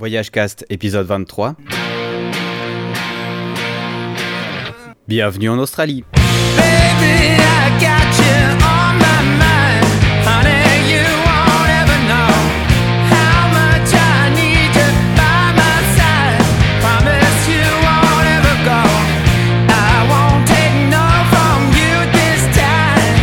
Voyage Cast, épisode 23. Bienvenue en Australie. Baby, I got you on my mind. Honey, you won't ever know how much I need you by my side. Promise you won't ever go. I won't take no from you this time.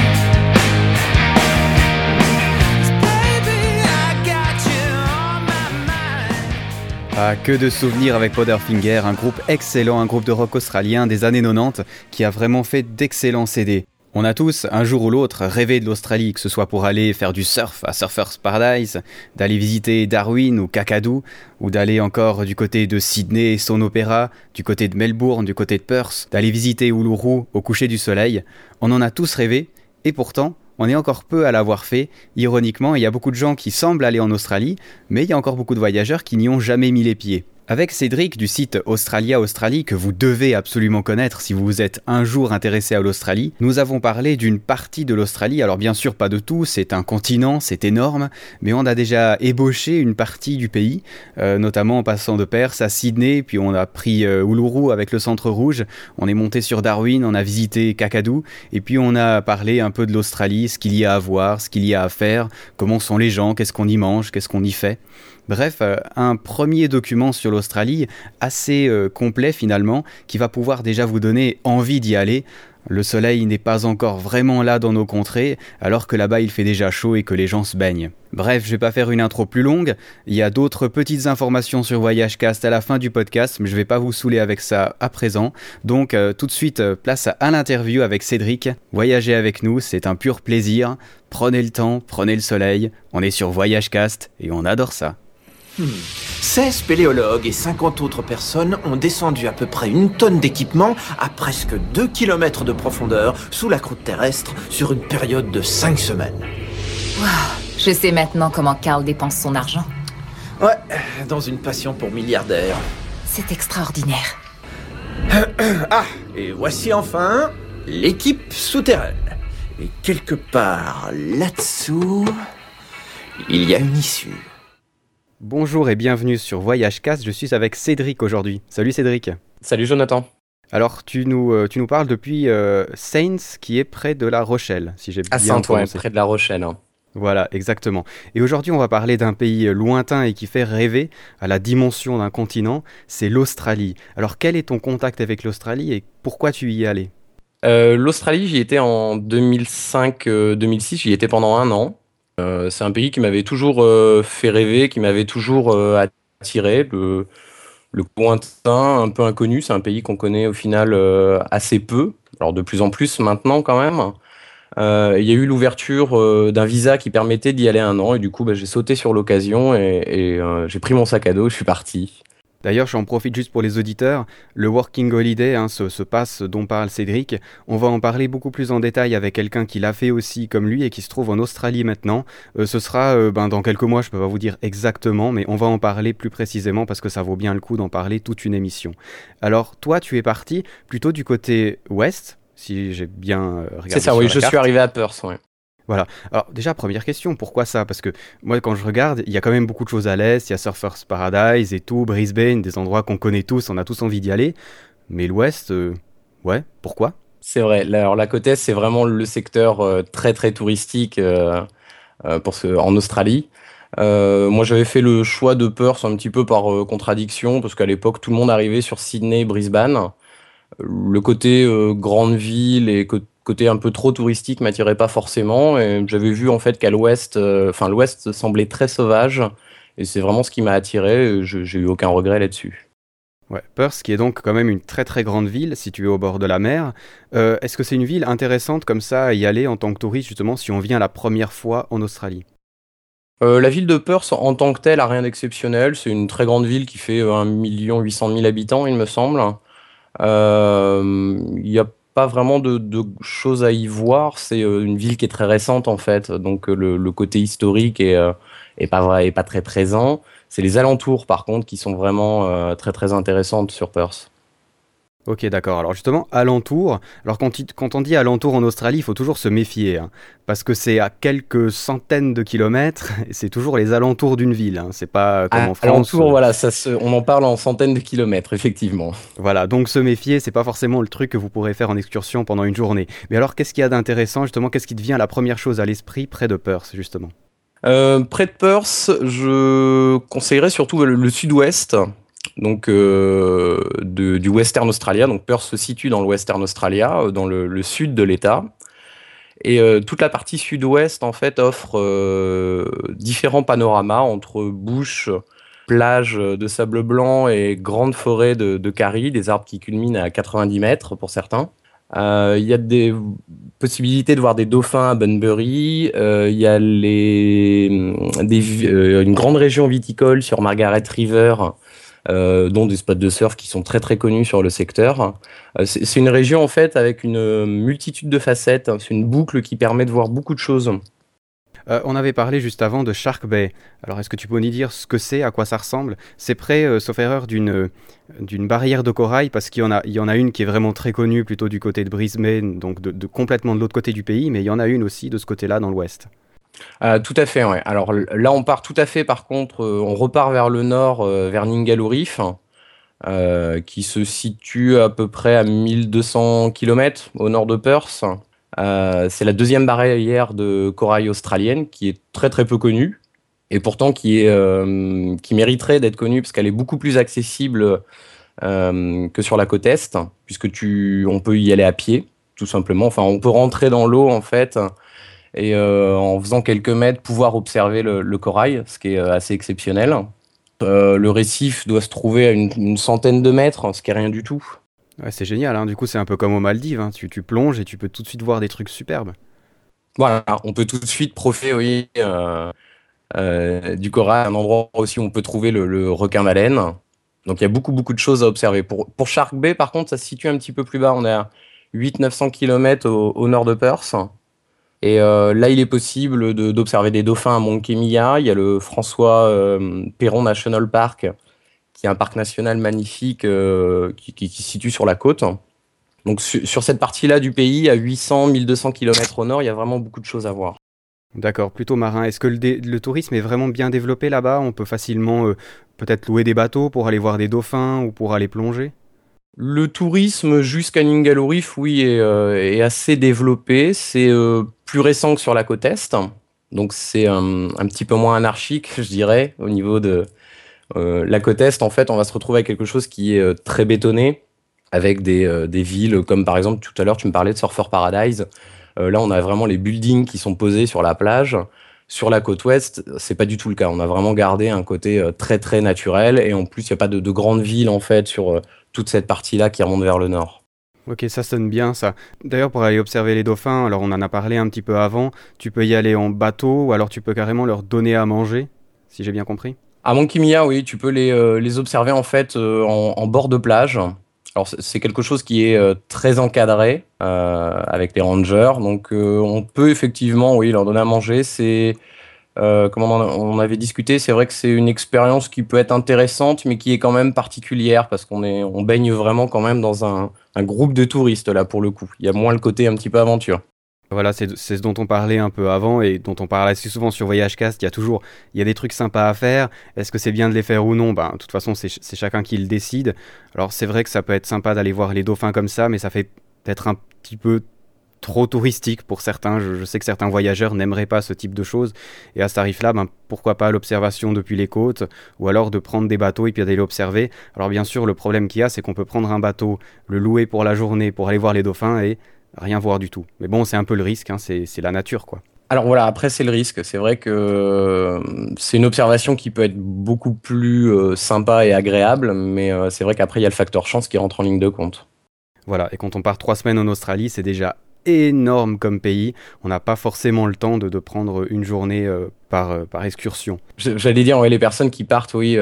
'Cause baby, I got you on my mind. Ah, que de souvenirs avec Powderfinger, un groupe excellent, un groupe de rock australien des années 90 qui a vraiment fait d'excellents CD. On a tous, un jour ou l'autre, rêvé de l'Australie, que ce soit pour aller faire du surf à Surfers Paradise, d'aller visiter Darwin ou Kakadu, ou d'aller encore du côté de Sydney et son opéra, du côté de Melbourne, du côté de Perth, d'aller visiter Uluru au coucher du soleil. On en a tous rêvé, et pourtant, on est encore peu à l'avoir fait. Ironiquement, il y a beaucoup de gens qui semblent aller en Australie, mais il y a encore beaucoup de voyageurs qui n'y ont jamais mis les pieds. Avec Cédric du site Australia Australie, que vous devez absolument connaître si vous vous êtes un jour intéressé à l'Australie, nous avons parlé d'une partie de l'Australie. Alors bien sûr pas de tout, c'est un continent, c'est énorme, mais on a déjà ébauché une partie du pays, notamment en passant de Perth à Sydney, puis on a pris Uluru avec le Centre Rouge, on est monté sur Darwin, on a visité Kakadu, et puis on a parlé un peu de l'Australie, ce qu'il y a à voir, ce qu'il y a à faire, comment sont les gens, qu'est-ce qu'on y mange, qu'est-ce qu'on y fait. Bref, un premier document sur l'Australie assez complet finalement, qui va pouvoir déjà vous donner envie d'y aller. Le soleil n'est pas encore vraiment là dans nos contrées, alors que là-bas il fait déjà chaud et que les gens se baignent. Bref, je vais pas faire une intro plus longue, il y a d'autres petites informations sur Voyage Cast à la fin du podcast, mais je vais pas vous saouler avec ça à présent. Donc tout de suite, place à l'interview avec Cédric. Voyagez avec nous, c'est un pur plaisir. Prenez le temps, prenez le soleil, on est sur Voyage Cast et on adore ça. 16 spéléologues et 50 autres personnes ont descendu à peu près 1 tonne d'équipement à presque 2 km de profondeur sous la croûte terrestre sur une période de 5 semaines. Wow, je sais maintenant comment Carl dépense son argent. Ouais, dans une passion pour milliardaires. C'est extraordinaire. Ah, et voici enfin l'équipe souterraine. Et quelque part là-dessous, il y a une issue. Bonjour et bienvenue sur Voyage Cast, je suis avec Cédric aujourd'hui. Salut Cédric. Salut Jonathan. Alors tu nous parles depuis Saints qui est près de La Rochelle, si j'ai bien prononcé. Près de La Rochelle. Hein. Voilà, exactement. Et aujourd'hui on va parler d'un pays lointain et qui fait rêver à la dimension d'un continent, c'est l'Australie. Alors quel est ton contact avec l'Australie et pourquoi tu y es allé ? L'Australie, j'y étais en 2005-2006, j'y étais pendant 1 an. C'est un pays qui m'avait toujours fait rêver, qui m'avait toujours attiré. Le lointain, un peu inconnu, c'est un pays qu'on connaît au final assez peu, alors de plus en plus maintenant quand même. Il y a eu l'ouverture d'un visa qui permettait d'y aller 1 an et du coup j'ai sauté sur l'occasion et j'ai pris mon sac à dos, je suis parti. D'ailleurs, j'en profite juste pour les auditeurs, le Working Holiday, ce pass dont parle Cédric, on va en parler beaucoup plus en détail avec quelqu'un qui l'a fait aussi comme lui et qui se trouve en Australie maintenant. Ce sera dans quelques mois, je peux pas vous dire exactement, mais on va en parler plus précisément parce que ça vaut bien le coup d'en parler toute une émission. Alors, toi, tu es parti plutôt du côté ouest, si j'ai bien regardé. C'est ça, oui, je suis arrivé à Perth, ouais. Voilà. Alors déjà, première question, pourquoi ça ? Parce que moi, quand je regarde, il y a quand même beaucoup de choses à l'est, il y a Surfers Paradise et tout, Brisbane, des endroits qu'on connaît tous, on a tous envie d'y aller. Mais l'ouest, ouais, pourquoi ? C'est vrai, alors la côte est, c'est vraiment le secteur très très touristique en Australie. Moi, j'avais fait le choix de Perth un petit peu par contradiction, parce qu'à l'époque, tout le monde arrivait sur Sydney et Brisbane. Le côté grande ville et côté un peu trop touristique m'attirait pas forcément et j'avais vu en fait qu'à l'ouest, l'ouest semblait très sauvage et c'est vraiment ce qui m'a attiré et j'ai eu aucun regret là-dessus. Ouais, Perth qui est donc quand même une très très grande ville située au bord de la mer. Est-ce que c'est une ville intéressante comme ça à y aller en tant que touriste justement si on vient la première fois en Australie ? La ville de Perth en tant que telle a rien d'exceptionnel, c'est une très grande ville qui fait 1 800 000 habitants il me semble. Il y a pas vraiment de choses à y voir, c'est une ville qui est très récente en fait, donc le côté historique est pas très présent. C'est les alentours par contre qui sont vraiment très très intéressantes sur Perth. Ok, d'accord. Alors justement, alentour. Alors quand on dit alentour en Australie, il faut toujours se méfier, hein, parce que c'est à quelques centaines de kilomètres, et c'est toujours les alentours d'une ville, hein. C'est pas comme en France. Alentour, voilà, on en parle en centaines de kilomètres, effectivement. Voilà, donc se méfier, c'est pas forcément le truc que vous pourrez faire en excursion pendant une journée. Mais alors, qu'est-ce qu'il y a d'intéressant, justement? Qu'est-ce qui te vient la première chose à l'esprit près de Perth, justement? Près de Perth, je conseillerais surtout le sud-ouest, donc du Western Australia. Donc Perth se situe dans le Western Australia, dans le sud de l'État. Et toute la partie sud-ouest, en fait, offre différents panoramas entre bush, plages de sable blanc et grandes forêts de kauri, des arbres qui culminent à 90 mètres pour certains. Il y a des possibilités de voir des dauphins à Bunbury. Il y a une grande région viticole sur Margaret River, dont des spots de surf qui sont très très connus sur le secteur. C'est une région en fait avec une multitude de facettes. C'est une boucle qui permet de voir beaucoup de choses. On avait parlé juste avant de Shark Bay. Alors, est-ce que tu peux nous dire ce que c'est, à quoi ça ressemble? C'est près, sauf erreur, d'une barrière de corail, parce qu'il y en a une qui est vraiment très connue, plutôt du côté de Brisbane, donc complètement de l'autre côté du pays, mais il y en a une aussi de ce côté-là, dans l'ouest. Tout à fait, ouais. Alors là, on part tout à fait, par contre, on repart vers le nord, vers Ningaloo Reef, qui se situe à peu près à 1200 km au nord de Perth. C'est la deuxième barrière de corail australienne qui est très très peu connue et pourtant qui mériterait d'être connue parce qu'elle est beaucoup plus accessible que sur la côte est, puisque on peut y aller à pied, tout simplement. Enfin, on peut rentrer dans l'eau en fait et en faisant quelques mètres pouvoir observer le corail, ce qui est assez exceptionnel. Le récif doit se trouver à une centaine de mètres, ce qui est rien du tout. Ouais, c'est génial, hein. Du coup, c'est un peu comme aux Maldives, hein. Tu plonges et tu peux tout de suite voir des trucs superbes. Voilà, on peut tout de suite profiter, oui, du corail, un endroit aussi où on peut trouver le requin-baleine. Donc il y a beaucoup, beaucoup de choses à observer. Pour Shark Bay, par contre, ça se situe un petit peu plus bas. On est à 800-900 km au nord de Perth. Et là, il est possible d'observer des dauphins à Mont Kemia. Il y a le François Perron National Park, qui est un parc national magnifique qui se situe sur la côte. Donc sur cette partie-là du pays, à 800-1200 km au nord, il y a vraiment beaucoup de choses à voir. D'accord, plutôt marin. Est-ce que le tourisme est vraiment bien développé là-bas? On peut facilement peut-être louer des bateaux pour aller voir des dauphins ou pour aller plonger? Le tourisme jusqu'à Ningaloo Reef, oui, est assez développé. C'est plus récent que sur la côte est. Donc c'est un petit peu moins anarchique, je dirais, au niveau de la côte est. En fait, on va se retrouver avec quelque chose qui est très bétonné, avec des villes comme par exemple, tout à l'heure, tu me parlais de Surfer Paradise. Là, on a vraiment les buildings qui sont posés sur la plage. Sur la côte ouest, c'est pas du tout le cas. On a vraiment gardé un côté très très naturel et en plus, il n'y a pas de grandes villes en fait sur toute cette partie-là qui remonte vers le nord. Ok, ça sonne bien ça. D'ailleurs, pour aller observer les dauphins, alors on en a parlé un petit peu avant, tu peux y aller en bateau ou alors tu peux carrément leur donner à manger, si j'ai bien compris. À Mont Kemia, oui, tu peux les observer en fait en bord de plage. Alors c'est quelque chose qui est très encadré avec les rangers, donc on peut effectivement, oui, leur donner à manger. C'est comme on avait discuté, c'est vrai que c'est une expérience qui peut être intéressante, mais qui est quand même particulière parce on baigne vraiment quand même dans un groupe de touristes là pour le coup. Il y a moins le côté un petit peu aventure. Voilà, c'est ce dont on parlait un peu avant et dont on parle assez souvent sur VoyageCast. Il y a des trucs sympas à faire. Est-ce que c'est bien de les faire ou non? Ben, de toute façon, c'est chacun qui le décide. Alors, c'est vrai que ça peut être sympa d'aller voir les dauphins comme ça, mais ça fait peut-être un petit peu trop touristique pour certains. Je sais que certains voyageurs n'aimeraient pas ce type de choses. Et à ce tarif-là, ben, pourquoi pas l'observation depuis les côtes ou alors de prendre des bateaux et puis d'aller l'observer. Alors, bien sûr, le problème qu'il y a, c'est qu'on peut prendre un bateau, le louer pour la journée pour aller voir les dauphins et rien voir du tout. Mais bon, c'est un peu le risque, hein, c'est la nature, quoi. Alors voilà, après c'est le risque. C'est vrai que c'est une observation qui peut être beaucoup plus sympa et agréable, mais c'est vrai qu'après il y a le facteur chance qui rentre en ligne de compte. Voilà, et quand on part 3 semaines en Australie, c'est déjà énorme comme pays. On n'a pas forcément le temps de prendre une journée par excursion. J'allais dire, ouais, les personnes qui partent, oui,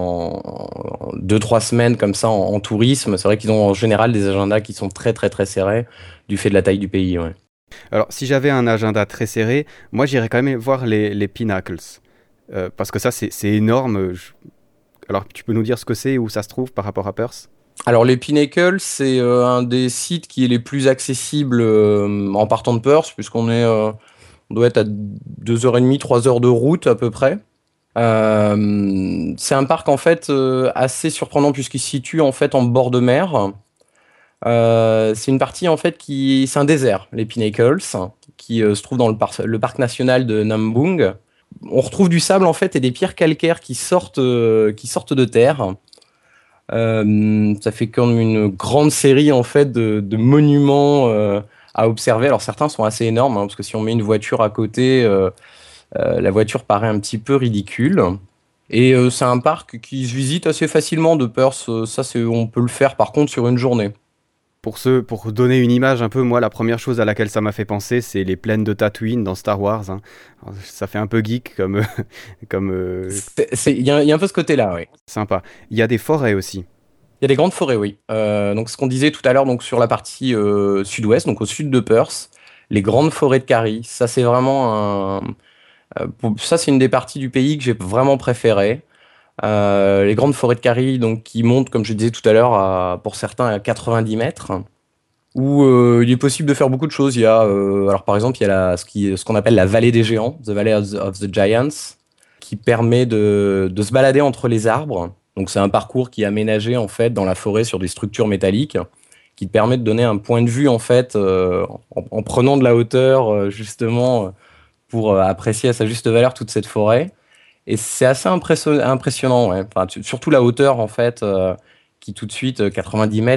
en 2-3 semaines comme ça en tourisme, c'est vrai qu'ils ont en général des agendas qui sont très très très serrés du fait de la taille du pays. Ouais. Alors, si j'avais un agenda très serré, moi j'irais quand même voir les Pinnacles. Parce que ça, c'est énorme. Alors, tu peux nous dire ce que c'est et où ça se trouve par rapport à Perth? Alors les Pinnacles, c'est un des sites qui est les plus accessibles en partant de Perth, on doit être à 2h30, 3 heures de route à peu près. C'est un parc en fait assez surprenant puisqu'il se situe en fait en bord de mer. C'est une partie en fait c'est un désert, les Pinnacles, qui se trouve dans le parc national de Nambung. On retrouve du sable en fait et des pierres calcaires qui sortent de terre. Ça fait comme une grande série en fait de monuments à observer. Alors certains sont assez énormes, hein, parce que si on met une voiture à côté, la voiture paraît un petit peu ridicule. Et c'est un parc qui se visite assez facilement de Perth. On peut le faire par contre sur une journée. Pour donner une image un peu, moi, la première chose à laquelle ça m'a fait penser, c'est les plaines de Tatooine dans Star Wars, hein. Alors, ça fait un peu geek comme, Il y a un peu ce côté-là, oui. sympa. Il y a des forêts aussi. Il y a des grandes forêts, oui. Donc ce qu'on disait tout à l'heure, donc sur la partie sud-ouest, donc au sud de Perth, les grandes forêts de Karri, ça c'est vraiment ça c'est une des parties du pays que j'ai vraiment préféré. Les grandes forêts de Karri, donc qui montent, comme je disais tout à l'heure, pour certains à 90 mètres, où il est possible de faire beaucoup de choses. Alors par exemple, il y a ce qu'on appelle la vallée des géants, The Valley of the Giants, qui permet de se balader entre les arbres. Donc c'est un parcours qui est aménagé en fait dans la forêt sur des structures métalliques, qui te permet de donner un point de vue en fait en prenant de la hauteur justement pour apprécier à sa juste valeur toute cette forêt. Et c'est assez impressionnant, ouais. Enfin, surtout la hauteur en fait, qui tout de suite 90 mètres,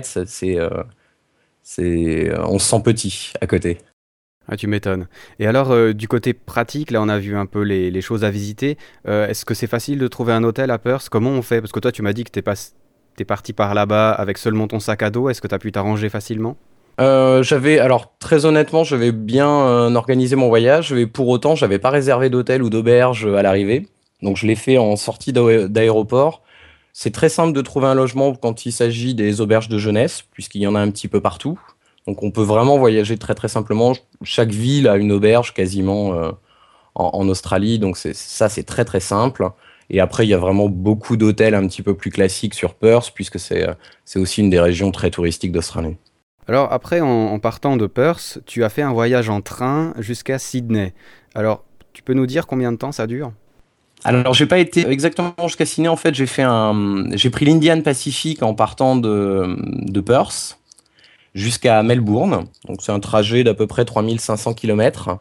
on se sent petit à côté. Ah, tu m'étonnes. Et alors, du côté pratique, là, on a vu un peu les choses à visiter. Est-ce que c'est facile de trouver un hôtel à Perth? Comment on fait? Parce que toi, tu m'as dit que t'es parti par là-bas avec seulement ton sac à dos. Est-ce que tu as pu t'arranger facilement? Alors très honnêtement, j'avais bien organisé mon voyage, mais pour autant, j'avais pas réservé d'hôtel ou d'auberge à l'arrivée. Donc je l'ai fait en sortie d'aéroport. C'est très simple de trouver un logement quand il s'agit des auberges de jeunesse, puisqu'il y en a un petit peu partout. Donc on peut vraiment voyager très très simplement. Chaque ville a une auberge quasiment en Australie, donc c'est très très simple. Et après, il y a vraiment beaucoup d'hôtels un petit peu plus classiques sur Perth, puisque c'est aussi une des régions très touristiques d'Australie. Alors, après, en partant de Perth, tu as fait un voyage en train jusqu'à Sydney. Alors, tu peux nous dire combien de temps ça dure? Alors, j'ai pas été exactement jusqu'à Sydney. En fait, j'ai pris l'Indian Pacific en partant de Perth jusqu'à Melbourne. Donc, c'est un trajet d'à peu près 3500 km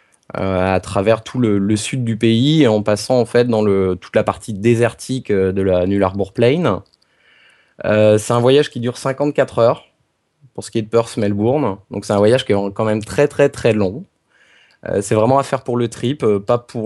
à travers tout le sud du pays et en passant en fait dans toute la partie désertique de la Nullarbor Plain. C'est un voyage qui dure 54 heures pour ce qui est de Perth-Melbourne. Donc, c'est un voyage qui est quand même très, très, très long. C'est vraiment à faire pour le trip, pas pour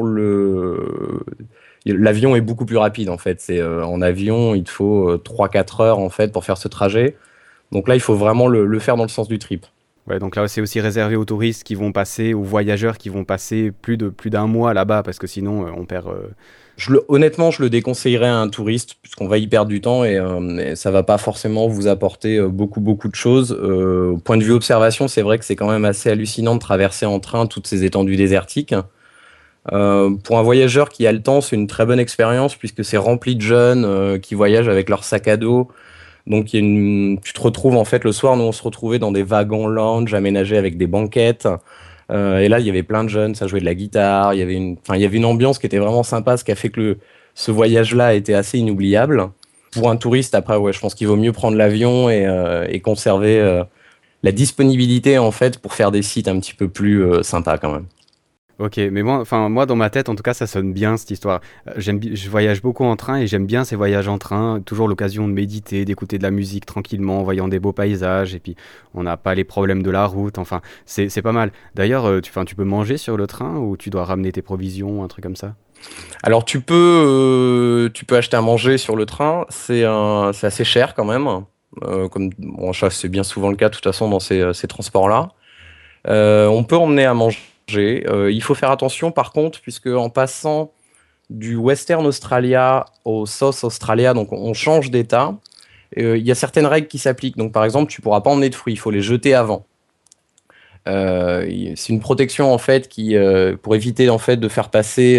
L'avion est beaucoup plus rapide en fait. En avion, il te faut 3-4 heures en fait pour faire ce trajet. Donc là, il faut vraiment le faire dans le sens du trip. Ouais, donc là, c'est aussi réservé aux touristes qui vont passer, aux voyageurs qui vont passer plus d'un mois là-bas, parce que sinon, on perd... Honnêtement, je le déconseillerais à un touriste, puisqu'on va y perdre du temps et ça va pas forcément vous apporter beaucoup, beaucoup de choses. Au point de vue observation, c'est vrai que c'est quand même assez hallucinant de traverser en train toutes ces étendues désertiques. Pour un voyageur qui a le temps, c'est une très bonne expérience, puisque c'est rempli de jeunes qui voyagent avec leur sac à dos. Donc tu te retrouves en fait le soir, nous on se retrouvait dans des wagons lounge aménagés avec des banquettes. Et là, il y avait plein de jeunes, ça jouait de la guitare, il y avait une ambiance qui était vraiment sympa, ce qui a fait que ce voyage-là était assez inoubliable. Pour un touriste, après, ouais, je pense qu'il vaut mieux prendre l'avion et conserver la disponibilité en fait pour faire des sites un petit peu plus sympas quand même. Ok, mais moi, dans ma tête, en tout cas, ça sonne bien cette histoire. Je voyage beaucoup en train et j'aime bien ces voyages en train. Toujours l'occasion de méditer, d'écouter de la musique tranquillement, en voyant des beaux paysages. Et puis, on n'a pas les problèmes de la route. Enfin, c'est pas mal. D'ailleurs, tu peux manger sur le train ou tu dois ramener tes provisions, un truc comme ça? Alors tu peux acheter à manger sur le train, c'est assez cher quand même. Ça, c'est bien souvent le cas de toute façon dans ces transports-là. On peut emmener à manger. Il faut faire attention par contre, puisque en passant du Western Australia au South Australia, donc on change d'état, il y a certaines règles qui s'appliquent. Donc par exemple, tu pourras pas emmener de fruits, il faut les jeter avant. C'est une protection en fait pour éviter en fait de faire passer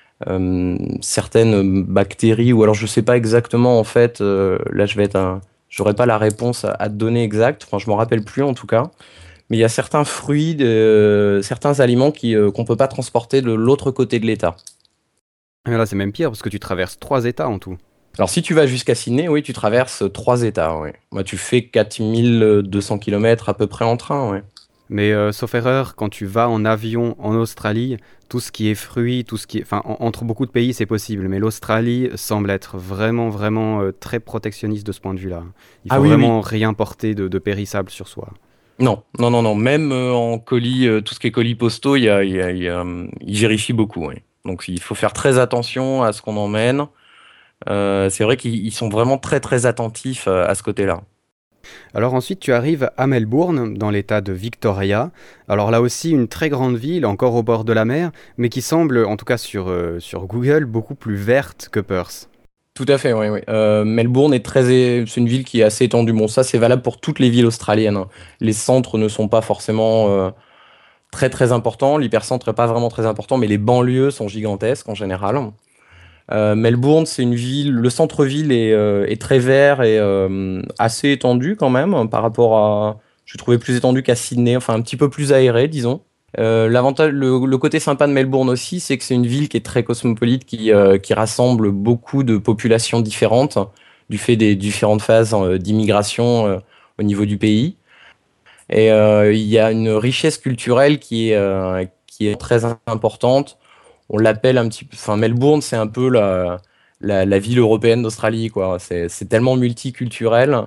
certaines bactéries, ou alors je sais pas exactement en fait. Là, je vais être J'aurais pas la réponse à te donner exacte, enfin je m'en rappelle plus en tout cas. Mais il y a certains fruits, certains aliments qu'on peut pas transporter de l'autre côté de l'État. Et là, c'est même pire parce que tu traverses 3 États en tout. Alors si tu vas jusqu'à Sydney, oui, tu traverses 3 États, oui. Moi, tu fais 4200 km à peu près en train, oui. Mais sauf erreur, quand tu vas en avion en Australie, tout ce qui est fruits, tout ce qui est... Enfin, entre beaucoup de pays, c'est possible, mais l'Australie semble être vraiment, vraiment très protectionniste de ce point de vue-là. Il faut Oui, vraiment rien porter de périssable sur soi. Non, non, non, non. Même en colis, tout ce qui est colis postaux, ils vérifient beaucoup, oui. Donc il faut faire très attention à ce qu'on emmène. C'est vrai qu'ils sont vraiment très, très attentifs à ce côté-là. Alors ensuite, tu arrives à Melbourne, dans l'état de Victoria. Alors là aussi, une très grande ville, encore au bord de la mer, mais qui semble, en tout cas sur Google, beaucoup plus verte que Perth. Tout à fait, oui, oui. Melbourne c'est une ville qui est assez étendue. Bon, ça, c'est valable pour toutes les villes australiennes, hein. Les centres ne sont pas forcément très, très importants. L'hypercentre n'est pas vraiment très important, mais les banlieues sont gigantesques en général. Melbourne, c'est une ville, le centre-ville est très vert et assez étendu quand même par rapport à, je trouvais plus étendu qu'à Sydney, enfin un petit peu plus aéré, disons. Le côté sympa de Melbourne aussi, c'est que c'est une ville qui est très cosmopolite, qui rassemble beaucoup de populations différentes du fait des différentes phases d'immigration au niveau du pays. Et il y a une richesse culturelle qui est très importante. On l'appelle un petit peu, enfin Melbourne, c'est un peu la ville européenne d'Australie, quoi. C'est tellement multiculturel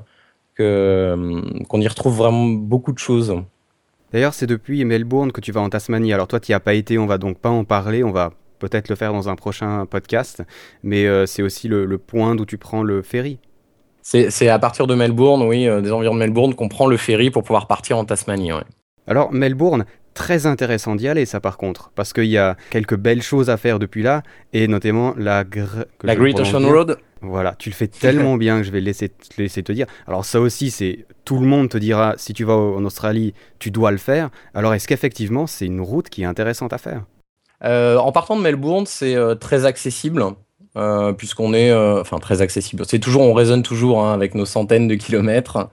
qu'on y retrouve vraiment beaucoup de choses. D'ailleurs, c'est depuis Melbourne que tu vas en Tasmanie. Alors toi, tu n'y as pas été, on va donc pas en parler, on va peut-être le faire dans un prochain podcast, mais c'est aussi le point d'où tu prends le ferry. C'est à partir de Melbourne, oui, des environs de Melbourne, qu'on prend le ferry pour pouvoir partir en Tasmanie, ouais. Alors Melbourne, très intéressant d'y aller ça par contre, parce qu'il y a quelques belles choses à faire depuis là, et notamment La Great Ocean Road. Voilà, tu le fais tellement bien que je vais te laisser te dire. Alors ça aussi, c'est tout le monde te dira, si tu vas en Australie, tu dois le faire. Alors est-ce qu'effectivement, c'est une route qui est intéressante à faire? En partant de Melbourne, c'est très accessible, puisqu'on est, enfin très accessible. On raisonne toujours hein, avec nos centaines de kilomètres.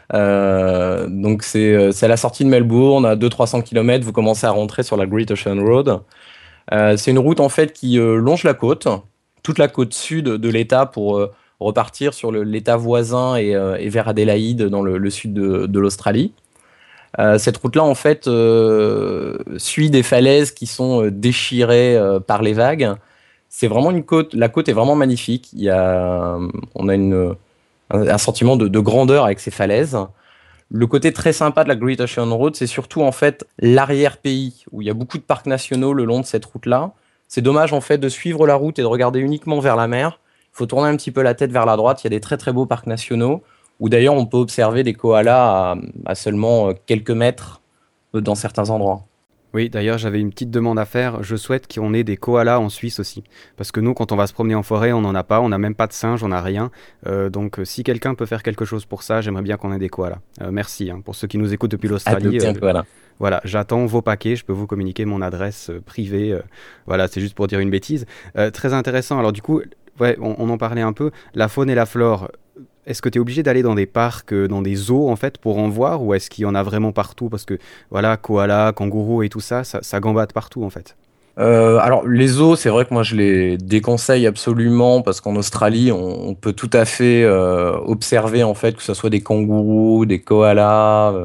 Donc c'est à la sortie de Melbourne, à 200-300 km, vous commencez à rentrer sur la Great Ocean Road. C'est une route en fait qui longe la côte, toute la côte sud de l'État pour repartir sur l'État voisin et vers Adélaïde dans le sud de l'Australie. Cette route-là, en fait, suit des falaises qui sont déchirées par les vagues. C'est vraiment une côte. La côte est vraiment magnifique. On a un sentiment de grandeur avec ces falaises. Le côté très sympa de la Great Ocean Road, c'est surtout en fait l'arrière-pays où il y a beaucoup de parcs nationaux le long de cette route-là. C'est dommage en fait de suivre la route et de regarder uniquement vers la mer. Il faut tourner un petit peu la tête vers la droite. Il y a des très très beaux parcs nationaux où d'ailleurs on peut observer des koalas à seulement quelques mètres dans certains endroits. Oui, d'ailleurs, j'avais une petite demande à faire. Je souhaite qu'on ait des koalas en Suisse aussi. Parce que nous, quand on va se promener en forêt, on n'en a pas. On n'a même pas de singes, on n'a rien. Donc, si quelqu'un peut faire quelque chose pour ça, j'aimerais bien qu'on ait des koalas. Merci hein, pour ceux qui nous écoutent depuis l'Australie. Voilà, j'attends vos paquets. Je peux vous communiquer mon adresse privée. Voilà, c'est juste pour dire une bêtise. Très intéressant. Alors, du coup, ouais, on en parlait un peu. La faune et la flore. Est-ce que tu es obligé d'aller dans des parcs, dans des zoos en fait pour en voir, ou est-ce qu'il y en a vraiment partout? Parce que voilà, koala, kangourou et tout ça gambade partout en fait. Alors les zoos, c'est vrai que moi je les déconseille absolument parce qu'en Australie, on peut tout à fait observer en fait que ce soit des kangourous, des koalas.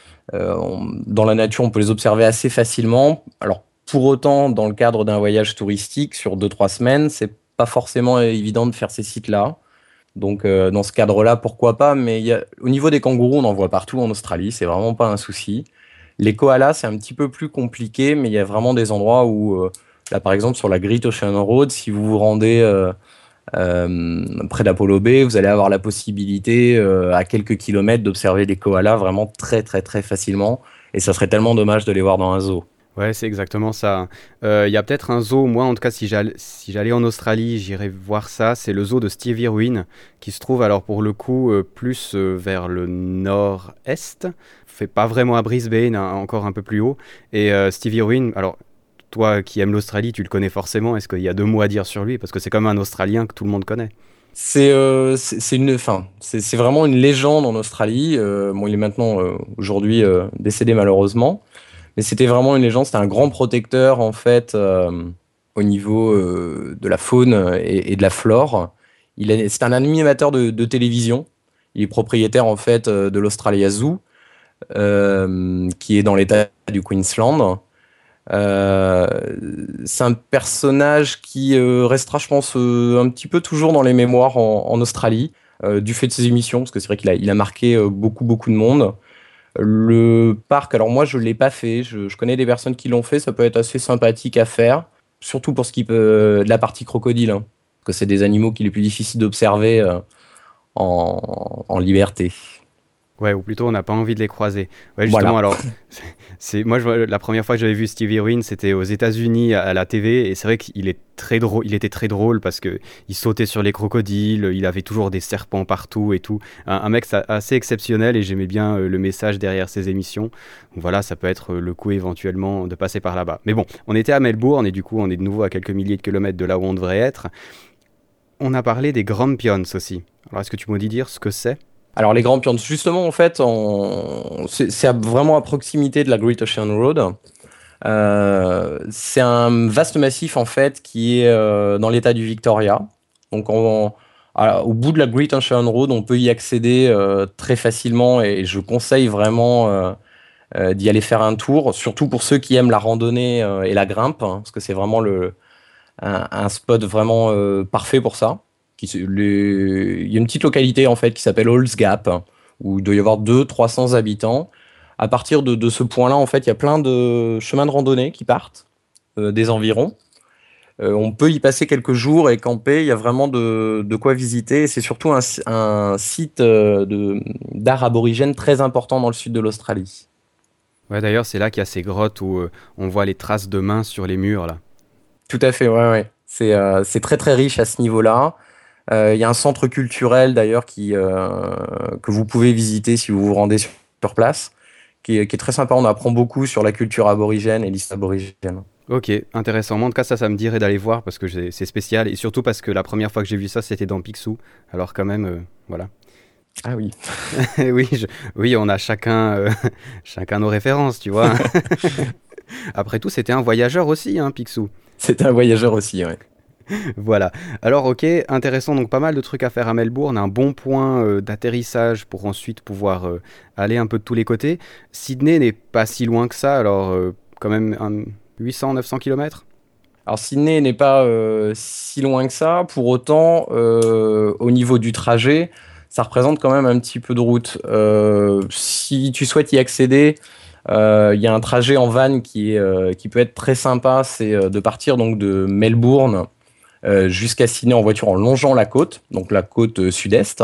Dans la nature, on peut les observer assez facilement. Alors pour autant, dans le cadre d'un voyage touristique sur 2-3 semaines, c'est pas forcément évident de faire ces sites-là. Donc dans ce cadre-là, pourquoi pas, mais au niveau des kangourous, on en voit partout en Australie, c'est vraiment pas un souci. Les koalas, c'est un petit peu plus compliqué, mais il y a vraiment des endroits où, là par exemple sur la Great Ocean Road, si vous vous rendez près d'Apollo Bay, vous allez avoir la possibilité à quelques kilomètres d'observer des koalas vraiment très très très facilement, et ça serait tellement dommage de les voir dans un zoo. Ouais, c'est exactement ça. Il y a peut-être un zoo, moi en tout cas si j'allais en Australie, j'irais voir ça, c'est le zoo de Steve Irwin, qui se trouve alors pour le coup plus vers le nord-est, fait pas vraiment à Brisbane, hein, encore un peu plus haut, et Steve Irwin, alors toi qui aimes l'Australie, tu le connais forcément, est-ce qu'il y a 2 mots à dire sur lui, parce que c'est comme un Australien que tout le monde connaît? C'est vraiment une légende en Australie. Bon, il est maintenant aujourd'hui décédé malheureusement, mais c'était vraiment une légende. C'était un grand protecteur en fait au niveau de la faune et de la flore. C'est un animateur de télévision. Il est propriétaire en fait de l'Australia Zoo, qui est dans l'État du Queensland. Euh, c'est un personnage qui restera, je pense, un petit peu toujours dans les mémoires en Australie, du fait de ses émissions, parce que c'est vrai qu'il a marqué beaucoup, beaucoup de monde. Le parc, alors moi, je ne l'ai pas fait. Je connais des personnes qui l'ont fait. Ça peut être assez sympathique à faire, surtout pour ce qui peut de la partie crocodile, hein, parce que c'est des animaux qu'il est plus difficile d'observer en liberté. Ouais, ou plutôt on n'a pas envie de les croiser. Ouais, justement, Voilà. alors, moi, la première fois que j'avais vu Stevie Irwin, c'était aux États-Unis à la TV, et c'est vrai qu'il est très drôle, il était très drôle parce que il sautait sur les crocodiles, il avait toujours des serpents partout et tout. Un mec assez exceptionnel, et j'aimais bien le message derrière ses émissions. Donc voilà, ça peut être le coup éventuellement de passer par là-bas. Mais bon, on était à Melbourne, et du coup, on est de nouveau à quelques milliers de kilomètres de là où on devrait être. On a parlé des Grampians aussi. Alors, est-ce que tu peux me dire ce que c'est? Alors les Grampians, justement, en fait, c'est vraiment à proximité de la Great Ocean Road. C'est un vaste massif, en fait, qui est dans l'état du Victoria. Donc au bout de la Great Ocean Road, on peut y accéder très facilement, et je conseille vraiment d'y aller faire un tour, surtout pour ceux qui aiment la randonnée et la grimpe, hein, parce que c'est vraiment un spot vraiment parfait pour ça. Il y a une petite localité en fait qui s'appelle Halls Gap, hein, où il doit y avoir 200-300 habitants. À partir de ce point-là, en fait, il y a plein de chemins de randonnée qui partent des environs. On peut y passer quelques jours et camper. Il y a vraiment de quoi visiter. Et c'est surtout un site d'art aborigène très important dans le sud de l'Australie. Ouais, d'ailleurs, c'est là qu'il y a ces grottes où on voit les traces de mains sur les murs, là. Tout à fait, ouais, ouais. C'est très très riche à ce niveau-là. Il y a un centre culturel d'ailleurs que vous pouvez visiter si vous vous rendez sur place, qui est très sympa. On apprend beaucoup sur la culture aborigène et l'histoire aborigène. Ok, intéressant. Moi, en tout cas, ça me dirait d'aller voir parce que c'est spécial, et surtout parce que la première fois que j'ai vu ça, c'était dans Picsou. Alors quand même, voilà. Ah oui, Oui, oui, on a chacun, chacun nos références, tu vois. Après tout, c'était un voyageur aussi, hein, Picsou. c'est un voyageur aussi, ouais. Voilà. Alors, ok, intéressant. Donc, pas mal de trucs à faire à Melbourne. Un bon point d'atterrissage pour ensuite pouvoir aller un peu de tous les côtés. Sydney n'est pas si loin que ça. Alors, quand même, 800-900 km. Alors Sydney n'est pas si loin que ça. Pour autant, au niveau du trajet, ça représente quand même un petit peu de route. Si tu souhaites y accéder, il y a un trajet en van qui peut être très sympa. C'est de partir donc de Melbourne jusqu'à Sydney en voiture en longeant la côte, donc la côte sud-est.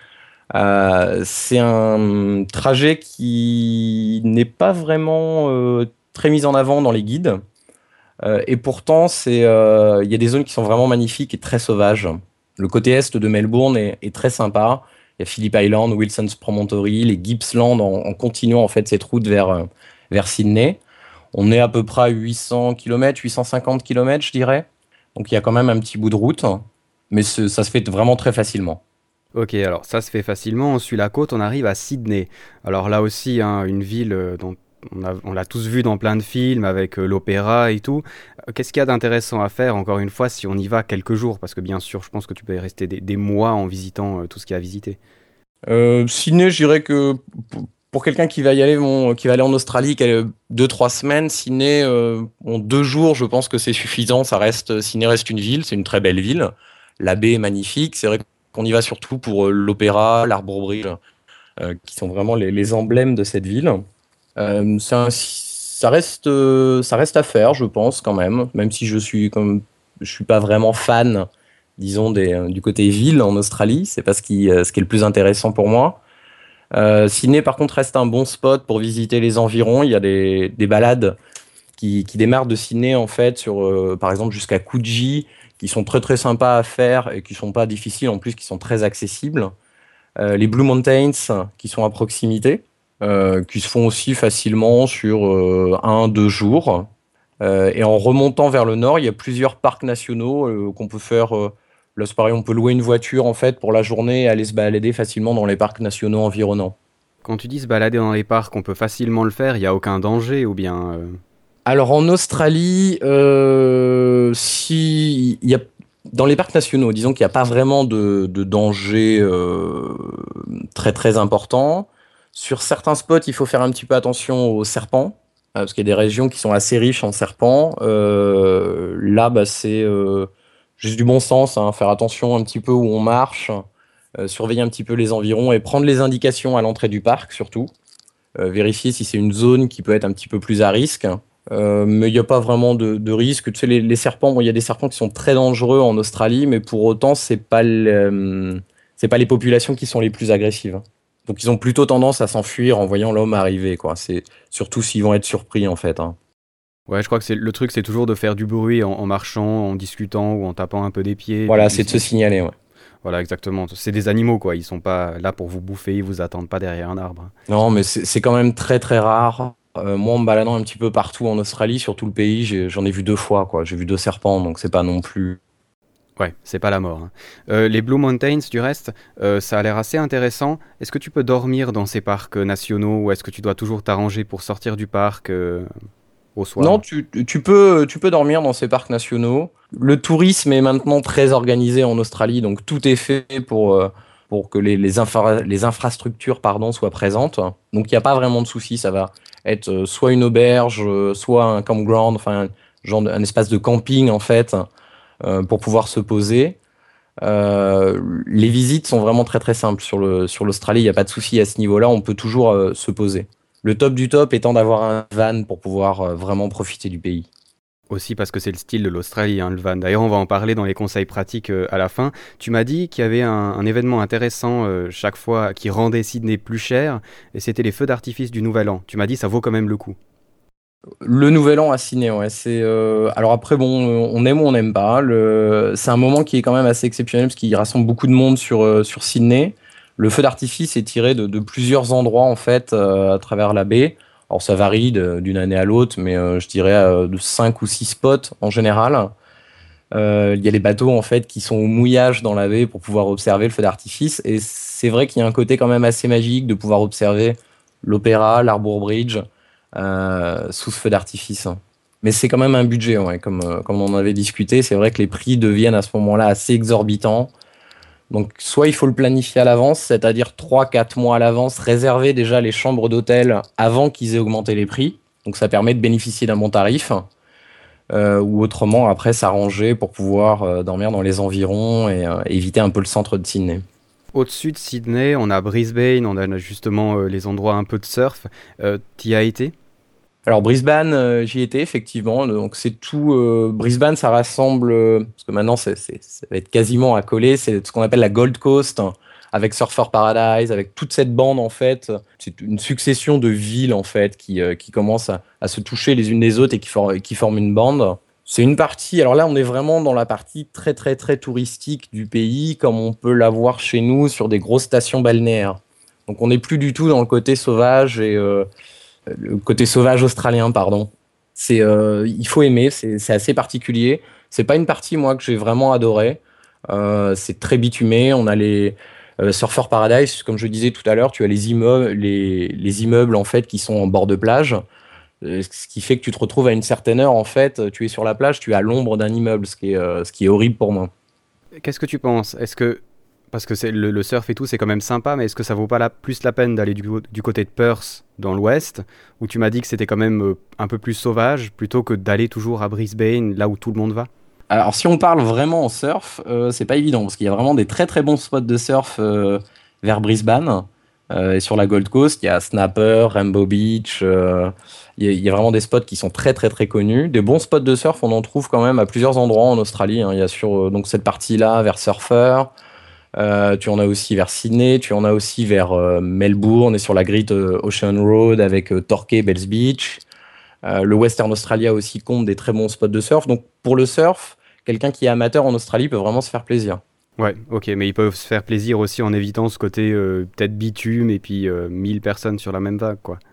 C'est un trajet qui n'est pas vraiment très mis en avant dans les guides. Et pourtant, il y a des zones qui sont vraiment magnifiques et très sauvages. Le côté est de Melbourne est très sympa. Il y a Phillip Island, Wilson's Promontory, les Gippsland en continuant en fait cette route vers Sydney. On est à peu près à 800 km, 850 km, je dirais. Donc il y a quand même un petit bout de route, mais ça se fait vraiment très facilement. Ok, alors ça se fait facilement. On suit la côte, on arrive à Sydney. Alors là aussi, hein, une ville dont on l'a tous vu dans plein de films avec l'opéra et tout. Qu'est-ce qu'il y a d'intéressant à faire, encore une fois, si on y va quelques jours? Parce que bien sûr, je pense que tu peux y rester des mois en visitant tout ce qu'il y a à visiter. Sydney, je dirais que pour quelqu'un qui va y aller, qui va aller en Australie, qui a 2-3 semaines, Sydney, en 2 jours, je pense que c'est suffisant. Sydney reste une ville, c'est une très belle ville. La baie est magnifique. C'est vrai qu'on y va surtout pour l'opéra, l'Arbour Bridge, qui sont vraiment les emblèmes de cette ville. Ça reste à faire, je pense, quand même si je suis pas vraiment fan, disons, du côté ville en Australie, c'est pas ce qui est le plus intéressant pour moi. Sydney, par contre, reste un bon spot pour visiter les environs. Il y a des balades qui démarrent de Sydney, en fait, par exemple, jusqu'à Coogee, qui sont très très sympas à faire et qui sont pas difficiles, en plus, qui sont très accessibles. Les Blue Mountains, qui sont à proximité, qui se font aussi facilement sur 1-2 jours. Et en remontant vers le nord, il y a plusieurs parcs nationaux qu'on peut faire Là, c'est pareil, on peut louer une voiture en fait pour la journée et aller se balader facilement dans les parcs nationaux environnants. Quand tu dis se balader dans les parcs, on peut facilement le faire, il n'y a aucun danger ou bien... Alors en Australie, si il y a dans les parcs nationaux, disons qu'il n'y a pas vraiment de danger très très important. Sur certains spots, il faut faire un petit peu attention aux serpents, parce qu'il y a des régions qui sont assez riches en serpents. Là, bah, c'est juste du bon sens, hein, faire attention un petit peu où on marche, surveiller un petit peu les environs et prendre les indications à l'entrée du parc surtout. Vérifier si c'est une zone qui peut être un petit peu plus à risque. Mais il n'y a pas vraiment de risque. Tu sais, les serpents, bon, il y a des serpents qui sont très dangereux en Australie, mais pour autant, c'est pas les populations qui sont les plus agressives. Donc, ils ont plutôt tendance à s'enfuir en voyant l'homme arriver, quoi. C'est surtout s'ils vont être surpris, en fait, hein. Ouais, je crois que le truc, c'est toujours de faire du bruit en marchant, en discutant ou en tapant un peu des pieds. Voilà, c'est de se signaler, ouais. Voilà, exactement. C'est des animaux, quoi. Ils sont pas là pour vous bouffer, ils vous attendent pas derrière un arbre. Non, mais c'est quand même très très rare. Moi, en me baladant un petit peu partout en Australie, sur tout le pays, j'en ai vu 2 fois, quoi. J'ai vu 2 serpents, donc c'est pas non plus. Ouais, c'est pas la mort, hein. Les Blue Mountains, du reste, ça a l'air assez intéressant. Est-ce que tu peux dormir dans ces parcs nationaux ou est-ce que tu dois toujours t'arranger pour sortir du parc au soir? Non, tu peux dormir dans ces parcs nationaux. Le tourisme est maintenant très organisé en Australie, donc tout est fait pour que les infrastructures pardon, soient présentes. Donc il n'y a pas vraiment de souci, ça va être soit une auberge, soit un campground, enfin un espace de camping en fait, pour pouvoir se poser. Les visites sont vraiment très très simples sur l'Australie, il n'y a pas de souci à ce niveau-là, on peut toujours se poser. Le top du top étant d'avoir un van pour pouvoir vraiment profiter du pays. Aussi parce que c'est le style de l'Australie, hein, le van. D'ailleurs, on va en parler dans les conseils pratiques à la fin. Tu m'as dit qu'il y avait un événement intéressant chaque fois qui rendait Sydney plus cher, et c'était les feux d'artifice du Nouvel An. Tu m'as dit ça vaut quand même le coup. Le Nouvel An à Sydney, ouais, alors après bon, on aime ou on n'aime pas. C'est un moment qui est quand même assez exceptionnel parce qu'il rassemble beaucoup de monde sur Sydney. Le feu d'artifice est tiré de plusieurs endroits en fait à travers la baie. Alors ça varie d'une année à l'autre, mais je dirais de 5 ou 6 spots en général. Il y a les bateaux en fait qui sont au mouillage dans la baie pour pouvoir observer le feu d'artifice. Et c'est vrai qu'il y a un côté quand même assez magique de pouvoir observer l'opéra, l'Harbour Bridge sous ce feu d'artifice. Mais c'est quand même un budget, ouais, comme on en avait discuté. C'est vrai que les prix deviennent à ce moment-là assez exorbitants. Donc soit il faut le planifier à l'avance, c'est-à-dire 3-4 mois à l'avance, réserver déjà les chambres d'hôtel avant qu'ils aient augmenté les prix. Donc ça permet de bénéficier d'un bon tarif. Ou autrement après s'arranger pour pouvoir dormir dans les environs et éviter un peu le centre de Sydney. Au-dessus de Sydney, on a Brisbane, on a justement les endroits un peu de surf. T'y as été? Alors Brisbane, j'y étais effectivement. Donc c'est tout. Brisbane, ça rassemble parce que maintenant ça va être quasiment accolé. C'est ce qu'on appelle la Gold Coast, hein, avec Surfer Paradise, avec toute cette bande en fait. C'est une succession de villes en fait qui commencent à se toucher les unes les autres et qui forment une bande. C'est une partie. Alors là, on est vraiment dans la partie très très très touristique du pays, comme on peut l'avoir chez nous sur des grosses stations balnéaires. Donc on n'est plus du tout dans le côté sauvage et le côté sauvage australien, pardon. Il faut aimer, c'est assez particulier. C'est pas une partie, moi, que j'ai vraiment adoré. C'est très bitumé. On a les Surfer Paradise, comme je disais tout à l'heure, tu as les immeubles, en fait, qui sont en bord de plage. Ce qui fait que tu te retrouves à une certaine heure, en fait, tu es sur la plage, tu es à l'ombre d'un immeuble, ce qui est horrible pour moi. Qu'est-ce que tu penses? Parce que c'est le surf et tout, c'est quand même sympa, mais est-ce que ça vaut pas plus la peine d'aller du côté de Perth, dans l'ouest, où tu m'as dit que c'était quand même un peu plus sauvage, plutôt que d'aller toujours à Brisbane, là où tout le monde va? Alors, si on parle vraiment en surf, c'est pas évident, parce qu'il y a vraiment des très très bons spots de surf vers Brisbane. Et sur la Gold Coast, il y a Snapper, Rainbow Beach, il y a vraiment des spots qui sont très très très connus. Des bons spots de surf, on en trouve quand même à plusieurs endroits en Australie, hein. Il y a donc cette partie-là vers Surfer. Tu en as aussi vers Sydney, tu en as aussi vers Melbourne et sur la Great Ocean Road avec Torquay, Bells Beach. Le Western Australia aussi compte des très bons spots de surf. Donc pour le surf, quelqu'un qui est amateur en Australie peut vraiment se faire plaisir. Ouais, ok, mais ils peuvent se faire plaisir aussi en évitant ce côté peut-être bitume et puis 1000 personnes sur la même vague, quoi.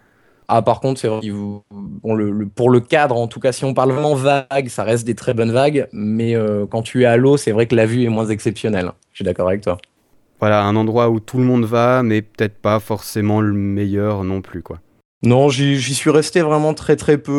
Ah, par contre, c'est vrai, bon, pour le cadre, en tout cas, si on parle vraiment vague, ça reste des très bonnes vagues, mais quand tu es à l'eau, c'est vrai que la vue est moins exceptionnelle. Je suis d'accord avec toi. Voilà, un endroit où tout le monde va, mais peut-être pas forcément le meilleur non plus, quoi. Non, j'y suis resté vraiment très très peu.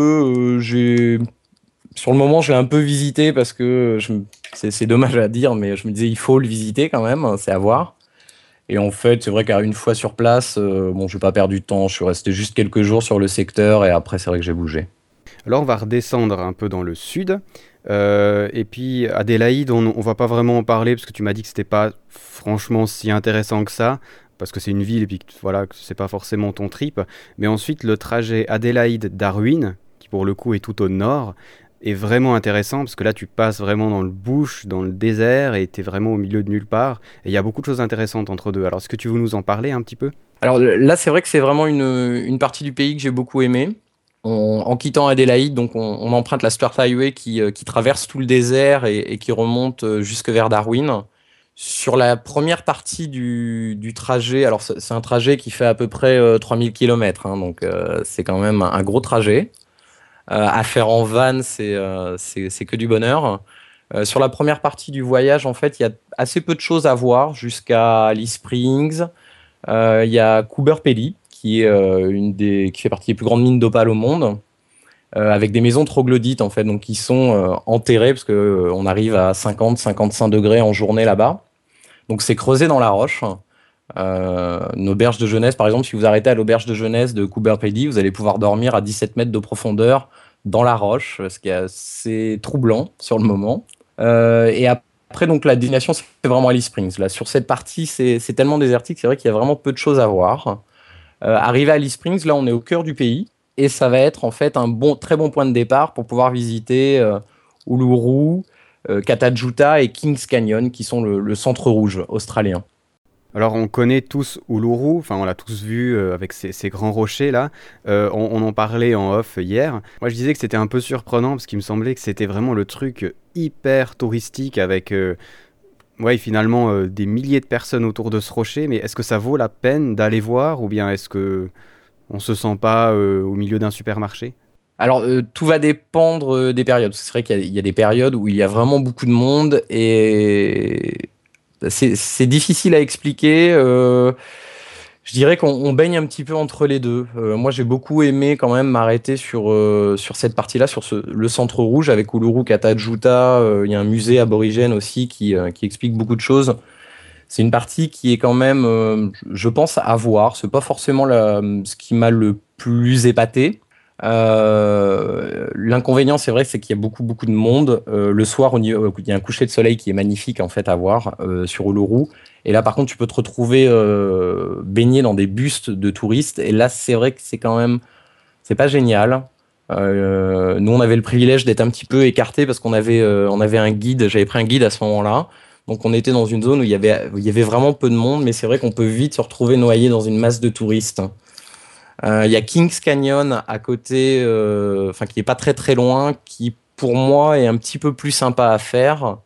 Sur le moment, je l'ai un peu visité parce que c'est dommage à dire, mais je me disais il faut le visiter quand même, c'est à voir. Et en fait, c'est vrai qu'une fois sur place, bon, je n'ai pas perdu de temps. Je suis resté juste quelques jours sur le secteur et après, c'est vrai que j'ai bougé. Alors on va redescendre un peu dans le sud. Et puis Adélaïde, on va pas vraiment en parler parce que tu m'as dit que c'était pas franchement si intéressant que ça, parce que c'est une ville et puis que, voilà, que c'est pas forcément ton trip. Mais ensuite, le trajet Adélaïde-Darwin, qui pour le coup est tout au nord, est vraiment intéressant parce que là tu passes vraiment dans le bush, dans le désert et t'es vraiment au milieu de nulle part. Et il y a beaucoup de choses intéressantes entre deux. Alors est-ce que tu veux nous en parler un petit peu? Alors là, c'est vrai que c'est vraiment une partie du pays que j'ai beaucoup aimé. En quittant Adélaïde, donc on emprunte la Stuart Highway qui traverse tout le désert et qui remonte jusque vers Darwin. Sur la première partie du trajet, alors c'est un trajet qui fait à peu près 3000 km, hein, donc c'est quand même un gros trajet. À faire en van, c'est que du bonheur. Sur la première partie du voyage, en fait, il y a assez peu de choses à voir jusqu'à Alice Springs. Il y a Coober Pedy, qui est qui fait partie des plus grandes mines d'opale au monde, avec des maisons troglodytes en fait, donc qui sont enterrées parce que on arrive à 50-55 degrés en journée là-bas. Donc c'est creusé dans la roche. Une auberge de jeunesse, par exemple, si vous arrêtez à l'auberge de jeunesse de Coober Pedy, vous allez pouvoir dormir à 17 mètres de profondeur dans la roche, ce qui est assez troublant sur le moment. Et après, donc, la destination, c'est vraiment Alice Springs. Là, sur cette partie, c'est tellement désertique, c'est vrai qu'il y a vraiment peu de choses à voir. Arrivé à Alice Springs, là, on est au cœur du pays. Et ça va être en fait un très bon point de départ pour pouvoir visiter Uluru, Katajuta et Kings Canyon, qui sont le centre rouge australien. Alors on connaît tous Uluru, enfin on l'a tous vu avec ces grands rochers là. On en parlait en off hier. Moi je disais que c'était un peu surprenant parce qu'il me semblait que c'était vraiment le truc hyper touristique avec ouais, finalement des milliers de personnes autour de ce rocher. Mais est-ce que ça vaut la peine d'aller voir ou bien est-ce que on se sent pas au milieu d'un supermarché? Alors, tout va dépendre des périodes. C'est vrai qu'il y a des périodes où il y a vraiment beaucoup de monde et c'est difficile à expliquer. Je dirais qu'on baigne un petit peu entre les deux. Moi, j'ai beaucoup aimé quand même m'arrêter sur cette partie-là, sur le centre rouge avec Uluru Katajuta. Il y a un musée aborigène aussi qui explique beaucoup de choses. C'est une partie qui est quand même, je pense, à voir. C'est pas forcément ce qui m'a le plus épaté. L'inconvénient, c'est vrai, c'est qu'il y a beaucoup de monde. Le soir, il y a un coucher de soleil qui est magnifique en fait à voir sur Uluru. Et là, par contre, tu peux te retrouver baigné dans des bustes de touristes. Et là, c'est vrai que c'est pas génial. Nous, on avait le privilège d'être un petit peu écartés parce on avait un guide. J'avais pris un guide à ce moment-là. Donc, on était dans une zone où il y avait vraiment peu de monde, mais c'est vrai qu'on peut vite se retrouver noyé dans une masse de touristes. Il y a Kings Canyon à côté, enfin qui est pas très loin, qui pour moi est un petit peu plus sympa à faire.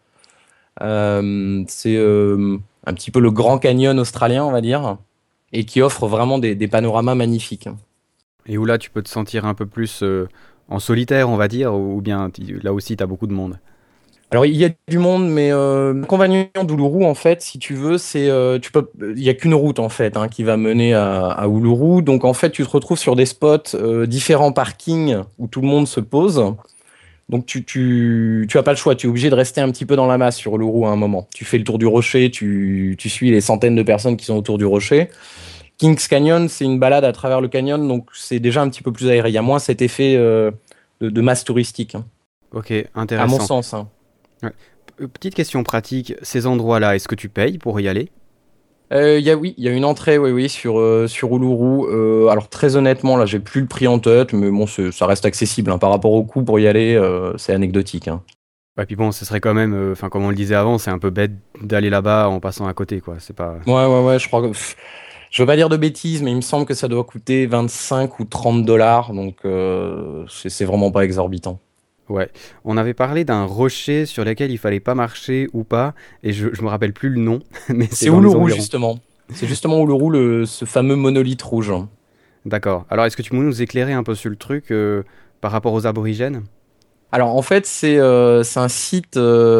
C'est un petit peu le Grand Canyon australien, on va dire, et qui offre vraiment des panoramas magnifiques. Et où là tu peux te sentir un peu plus en solitaire, on va dire, ou bien là aussi tu as beaucoup de monde? Alors il y a du monde, mais l'inconvénient d'Uluru en fait, si tu veux, il y a qu'une route en fait qui va mener à Uluru. Donc en fait, tu te retrouves sur des spots, différents parkings où tout le monde se pose. Donc tu as pas le choix, tu es obligé de rester un petit peu dans la masse sur Uluru à un moment. Tu fais le tour du rocher, tu suis les centaines de personnes qui sont autour du rocher. Kings Canyon, c'est une balade à travers le canyon, donc c'est déjà un petit peu plus aéré. Il y a moins cet effet de masse touristique, Ok, à mon intéressant. sens. Ouais. Petite question pratique, ces endroits-là, est-ce que tu payes pour y aller? Oui, il y a une entrée, oui, sur Uluru. Alors très honnêtement, là, j'ai plus le prix en tête, mais bon, ça reste accessible, hein. Par rapport au coût pour y aller, c'est anecdotique, hein. Ouais, puis bon, ce serait quand même, enfin comme on le disait avant, c'est un peu bête d'aller là-bas en passant à côté, quoi. C'est pas. Ouais, je crois que... je veux pas dire de bêtises, mais il me semble que ça doit coûter 25 ou 30 dollars, donc c'est vraiment pas exorbitant. Ouais. On avait parlé d'un rocher sur lequel il fallait pas marcher ou pas, et je me rappelle plus le nom, mais c'est C'est dans les Uluru, environs. justement. C'est justement Uluru, ce fameux monolithe rouge. D'accord. Alors, est-ce que tu peux nous éclairer un peu sur le truc par rapport aux aborigènes? Alors en fait, c'est un site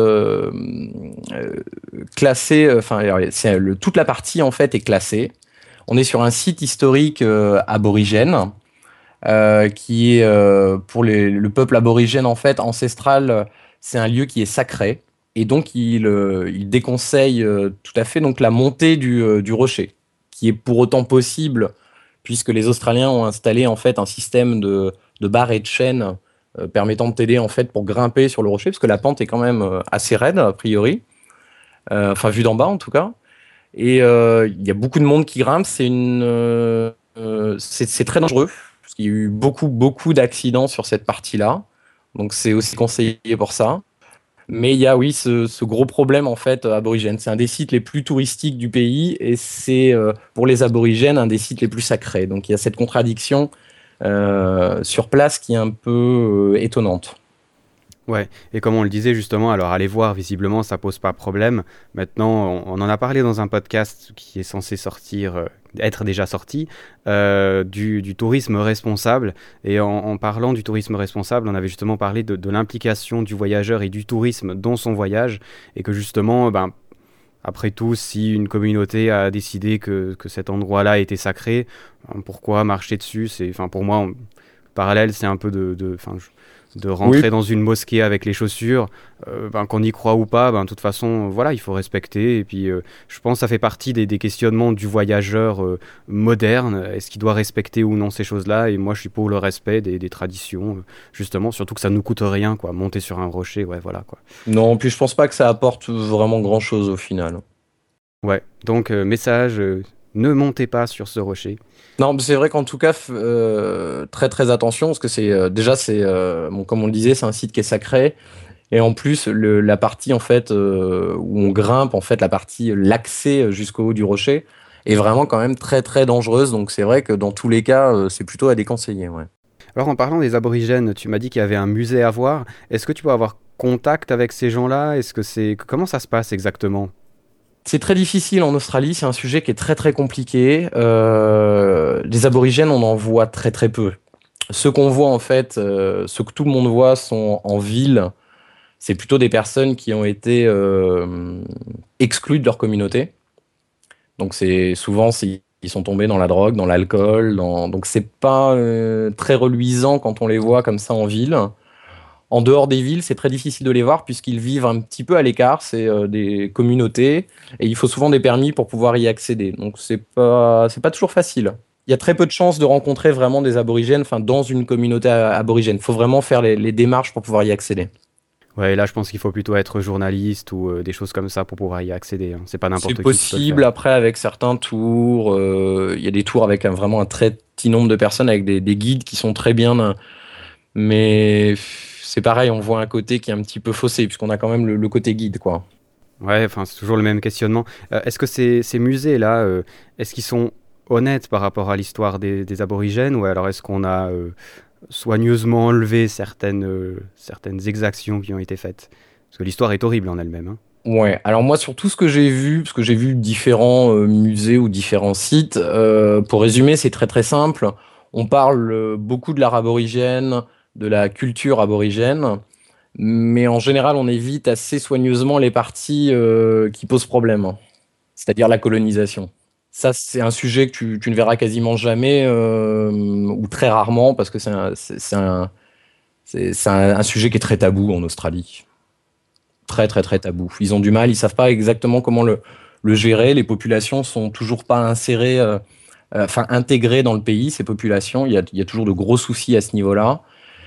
classé, enfin toute la partie en fait est classée. On est sur un site historique aborigène qui est pour le peuple aborigène en fait ancestral, c'est un lieu qui est sacré et donc il déconseille tout à fait donc la montée du rocher, qui est pour autant possible puisque les Australiens ont installé en fait un système de barres et de chaînes permettant de t'aider en fait pour grimper sur le rocher, parce que la pente est quand même assez raide a priori, enfin vue d'en bas en tout cas. Et il y a beaucoup de monde qui grimpe. C'est très dangereux parce qu'il y a eu beaucoup d'accidents sur cette partie-là. Donc c'est aussi conseillé pour ça. Mais il y a oui ce gros problème en fait aborigène. C'est un des sites les plus touristiques du pays et c'est pour les aborigènes un des sites les plus sacrés. Donc il y a cette contradiction sur place qui est un peu étonnante. Ouais, et comme on le disait justement, alors aller voir, visiblement, ça pose pas problème. Maintenant, on en a parlé dans un podcast qui est censé sortir, être déjà sorti, du tourisme responsable. Et en parlant du tourisme responsable, on avait justement parlé de l'implication du voyageur et du tourisme dans son voyage. Et que justement, après tout, si une communauté a décidé que cet endroit-là était sacré, pourquoi marcher dessus? Pour moi, parallèle, c'est un peu de rentrer dans une mosquée avec les chaussures, qu'on y croit ou pas, de toute façon, voilà, il faut respecter. Et puis, je pense que ça fait partie des questionnements du voyageur moderne. Est-ce qu'il doit respecter ou non ces choses-là? Et moi, je suis pour le respect des traditions, justement, surtout que ça ne nous coûte rien, quoi. Monter sur un rocher, ouais, voilà, quoi. Non, puis je pense pas que ça apporte vraiment grand-chose au final. Ouais, donc, message, ne montez pas sur ce rocher. Non, mais c'est vrai qu'en tout cas, très très attention, parce que comme on le disait, c'est un site qui est sacré, et en plus la partie en fait où on grimpe, en fait l'accès jusqu'au haut du rocher est vraiment quand même très très dangereuse. Donc c'est vrai que dans tous les cas, c'est plutôt à déconseiller. Ouais. Alors, en parlant des aborigènes, tu m'as dit qu'il y avait un musée à voir. Est-ce que tu peux avoir contact avec ces gens-là? Comment ça se passe exactement? C'est très difficile en Australie, c'est un sujet qui est très très compliqué. Les aborigènes, on en voit très très peu. Ceux qu'on voit en fait, ceux que tout le monde voit sont en ville. C'est plutôt des personnes qui ont été exclues de leur communauté. Donc ils sont tombés dans la drogue, dans l'alcool. Donc c'est pas très reluisant quand on les voit comme ça en ville. En dehors des villes, c'est très difficile de les voir puisqu'ils vivent un petit peu à l'écart. C'est des communautés et il faut souvent des permis pour pouvoir y accéder. Donc c'est pas toujours facile. Il y a très peu de chances de rencontrer vraiment des aborigènes, enfin dans une communauté aborigène. Il faut vraiment faire les démarches pour pouvoir y accéder. Ouais, là, je pense qu'il faut plutôt être journaliste ou des choses comme ça pour pouvoir y accéder. Hein. C'est pas n'importe qui C'est qui peut le possible faire. après avec certains tours. Il y a des tours avec vraiment un très petit nombre de personnes avec des guides qui sont très bien. Mais c'est pareil, on voit un côté qui est un petit peu faussé puisqu'on a quand même le côté guide, quoi. Ouais, enfin, c'est toujours le même questionnement. Est-ce que ces musées-là, est-ce qu'ils sont honnêtes par rapport à l'histoire des aborigènes ou alors est-ce qu'on a soigneusement enlevé certaines exactions qui ont été faites? Parce que l'histoire est horrible en elle-même. Hein. Ouais, alors moi sur tout ce que j'ai vu, parce que j'ai vu différents musées ou différents sites, pour résumer, c'est très très simple. On parle beaucoup de l'art aborigène, de la culture aborigène, mais en général on évite assez soigneusement les parties qui posent problème, hein. C'est-à-dire la colonisation. Ça, c'est un sujet que tu ne verras quasiment jamais ou très rarement parce que c'est un sujet qui est très tabou en Australie. Très, très, très tabou. Ils ont du mal, ils savent pas exactement comment le gérer. Les populations sont toujours pas insérées, intégrées dans le pays, ces populations. Il y a toujours de gros soucis à ce niveau-là.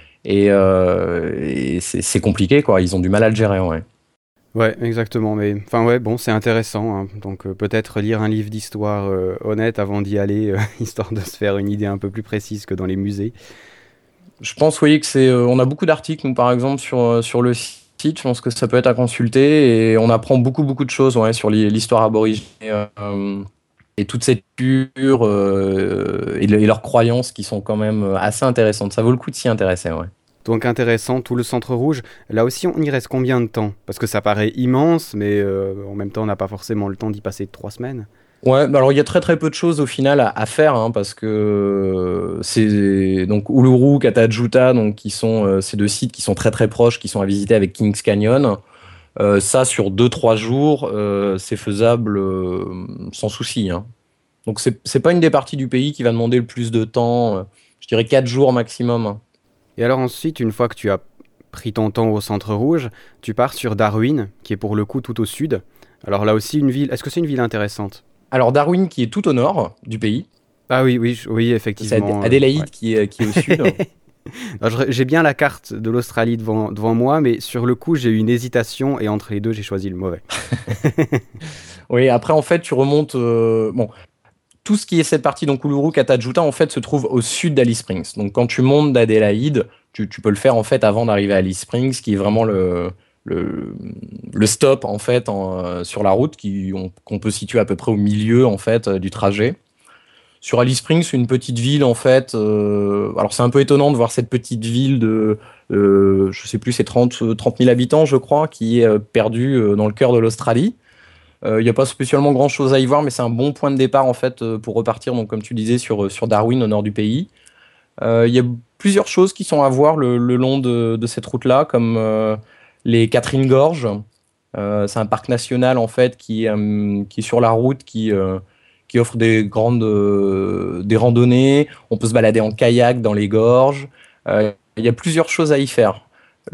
Et c'est compliqué, quoi. Ils ont du mal à le gérer, ouais. Ouais, exactement. Mais enfin, ouais, bon, c'est intéressant. Hein. Donc, peut-être lire un livre d'histoire honnête avant d'y aller, histoire de se faire une idée un peu plus précise que dans les musées. Je pense, oui, que on a beaucoup d'articles, nous, par exemple, sur le site. Je pense que ça peut être à consulter et on apprend beaucoup de choses, ouais, sur l'histoire aborigène et toute cette culture et leurs croyances qui sont quand même assez intéressantes. Ça vaut le coup de s'y intéresser, ouais. Donc, intéressant, tout le centre rouge. Là aussi, on y reste combien de temps? Parce que ça paraît immense, mais en même temps, on n'a pas forcément le temps d'y passer 3 semaines. Ouais, bah alors il y a très très peu de choses au final à faire, hein, parce que c'est donc Uluru, Katajuta, donc qui sont ces deux sites qui sont très très proches, qui sont à visiter avec Kings Canyon. Ça sur 2-3 jours, c'est faisable sans souci, hein. Donc c'est pas une des parties du pays qui va demander le plus de temps. Je dirais 4 jours maximum, hein. Et alors ensuite, une fois que tu as pris ton temps au centre rouge, tu pars sur Darwin, qui est pour le coup tout au sud. Alors là aussi, une ville. Est-ce que c'est une ville intéressante? Alors Darwin qui est tout au nord du pays, Ah oui, oui, oui, c'est effectivement. Adélaïde Ouais. qui est au sud. Alors, j'ai bien la carte de l'Australie devant moi, mais sur le coup, j'ai eu une hésitation et entre les deux, j'ai choisi le mauvais. Oui, après en fait tu remontes. Bon, tout ce qui est cette partie, donc Uluru, Katajuta, en fait, se trouve au sud d'Alice Springs. Donc, quand tu montes d'Adélaïde, tu peux le faire en fait avant d'arriver à Alice Springs, qui est vraiment le, le stop en fait sur la route, qu'on peut situer à peu près au milieu en fait du trajet. Sur Alice Springs, c'est une petite ville en fait. Alors, c'est un peu étonnant de voir cette petite ville de, je sais plus, c'est 30 000 habitants, je crois, qui est perdue dans le cœur de l'Australie. Il n'y a pas spécialement grand-chose à y voir, mais c'est un bon point de départ en fait pour repartir, donc comme tu disais, sur Darwin au nord du pays. Il y a plusieurs choses qui sont à voir le long de cette route-là, comme les Catherine Gorges. C'est un parc national en fait qui est sur la route, qui offre des randonnées. On peut se balader en kayak dans les gorges. Il y a plusieurs choses à y faire.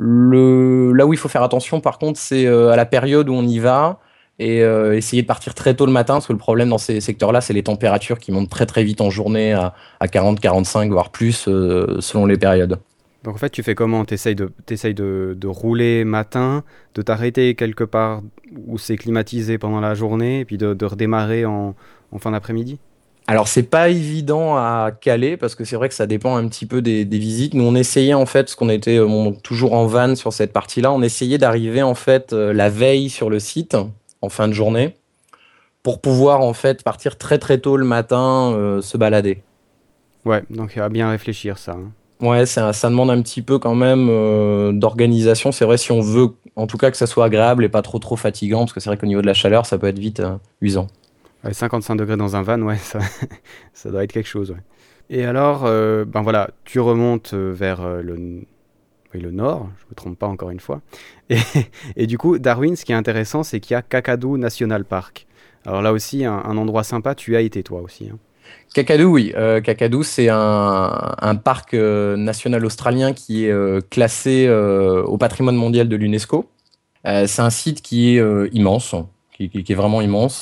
Là où il faut faire attention, par contre, c'est à la période où on y va et essayer de partir très tôt le matin, parce que le problème dans ces secteurs-là, c'est les températures qui montent très très vite en journée à 40, 45, voire plus, selon les périodes. Donc en fait, tu fais comment? T'essayes de rouler matin, de t'arrêter quelque part où c'est climatisé pendant la journée, et puis de redémarrer en fin d'après-midi? Alors, c'est pas évident à caler parce que c'est vrai que ça dépend un petit peu des visites. Nous, on essayait en fait, parce qu'on était toujours en van sur cette partie-là, on essayait d'arriver en fait la veille sur le site en fin de journée pour pouvoir en fait partir très très tôt le matin se balader. Ouais, donc il va bien réfléchir ça, hein. Ouais, ça demande un petit peu quand même d'organisation. C'est vrai si on veut en tout cas que ça soit agréable et pas trop trop fatigant, parce que c'est vrai qu'au niveau de la chaleur, ça peut être vite usant. Ouais, 55 degrés dans un van, ouais, ça, ça doit être quelque chose, ouais. Et alors, ben voilà, tu remontes vers oui, le nord, je me trompe pas encore une fois. Et, et du coup, Darwin, ce qui est intéressant, c'est qu'il y a Kakadu National Park. Alors là aussi, un endroit sympa, tu y as été toi aussi, hein. Kakadu, oui. Kakadu, c'est un parc national australien qui est classé au patrimoine mondial de l'UNESCO. C'est un site qui est immense, qui est vraiment immense.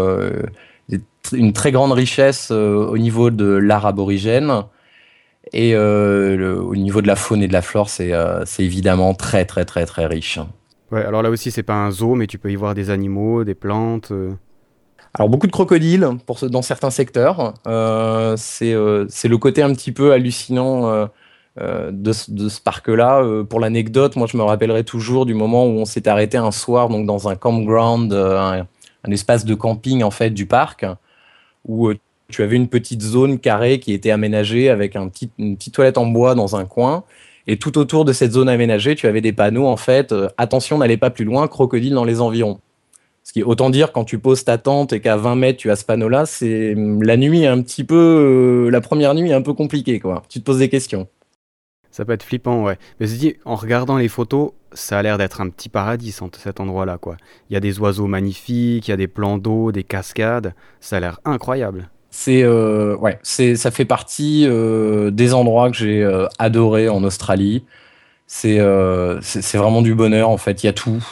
Une très grande richesse au niveau de l'art aborigène. Et au niveau de la faune et de la flore, c'est évidemment très, très, très, très riche. Ouais, alors là aussi, c'est pas un zoo, mais tu peux y voir des animaux, des plantes. Alors beaucoup de crocodiles dans certains secteurs. C'est le côté un petit peu hallucinant de ce parc-là. Pour l'anecdote, moi je me rappellerai toujours du moment où on s'est arrêté un soir donc dans un campground, un espace de camping en fait du parc, où tu avais une petite zone carrée qui était aménagée avec une petite toilette en bois dans un coin. Et tout autour de cette zone aménagée, tu avais des panneaux en fait. Attention, n'allez pas plus loin, crocodile dans les environs. Ce qui est autant dire quand tu poses ta tente et qu'à 20 mètres tu as ce panneau-là, c'est la nuit un petit peu, la première nuit est un peu compliquée quoi. Tu te poses des questions. Ça peut être flippant, ouais. Mais je dis, en regardant les photos, ça a l'air d'être un petit paradis, cet endroit-là, quoi. Il y a des oiseaux magnifiques, il y a des plans d'eau, des cascades. Ça a l'air incroyable. Ça fait partie des endroits que j'ai adoré en Australie. C'est vraiment du bonheur en fait. Il y a tout.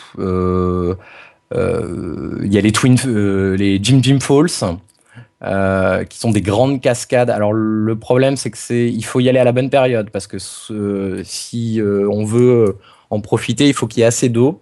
Il y a les Jim Jim Falls, qui sont des grandes cascades. Alors le problème, c'est que il faut y aller à la bonne période parce que si on veut en profiter, il faut qu'il y ait assez d'eau.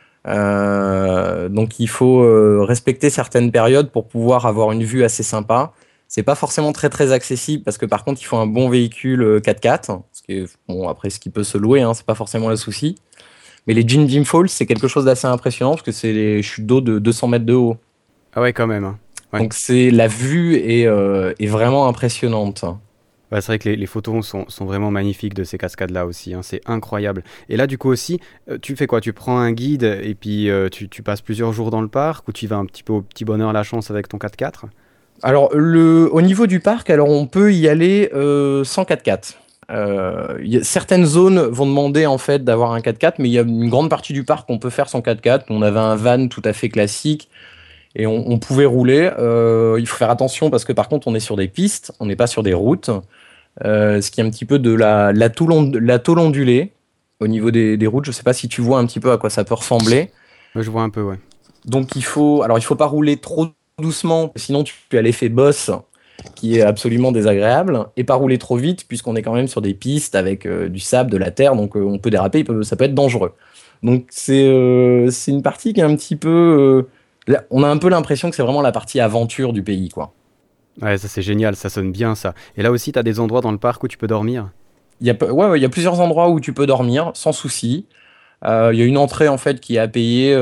Donc il faut respecter certaines périodes pour pouvoir avoir une vue assez sympa. C'est pas forcément très très accessible parce que par contre il faut un bon véhicule 4x4, ce qui est, bon après ce qui peut se louer, hein, c'est pas forcément le souci. Mais les Jim Jim Falls, c'est quelque chose d'assez impressionnant parce que c'est les chutes d'eau de 200 mètres de haut. Ah ouais, quand même, hein. Ouais. Donc la vue est vraiment impressionnante. Ouais, c'est vrai que les photos sont vraiment magnifiques de ces cascades-là aussi, hein, c'est incroyable. Et là, du coup aussi, tu fais quoi? Tu prends un guide et puis tu passes plusieurs jours dans le parc ou tu y vas un petit peu au petit bonheur la chance avec ton 4x4? Alors, au niveau du parc, alors on peut y aller sans 4x4. Certaines zones vont demander en fait d'avoir un 4x4, mais il y a une grande partie du parc qu'on peut faire sans 4x4. On avait un van tout à fait classique et on pouvait rouler. Il faut faire attention parce que par contre on est sur des pistes, on n'est pas sur des routes. Ce qui est un petit peu de la tôle ondulée au niveau des routes. Je sais pas si tu vois un petit peu à quoi ça peut ressembler. Ouais, je vois un peu, ouais. Donc il faut pas rouler trop doucement, sinon tu as l'effet boss qui est absolument désagréable, et pas rouler trop vite puisqu'on est quand même sur des pistes avec du sable, de la terre, donc on peut déraper, ça peut être dangereux. Donc c'est une partie qui est un petit peu, là, on a un peu l'impression que c'est vraiment la partie aventure du pays, quoi. Ouais, ça c'est génial, ça sonne bien ça. Et là aussi, t'as des endroits dans le parc où tu peux dormir? Ouais, il y a plusieurs endroits où tu peux dormir sans souci. Il y a une entrée en fait qui est à payer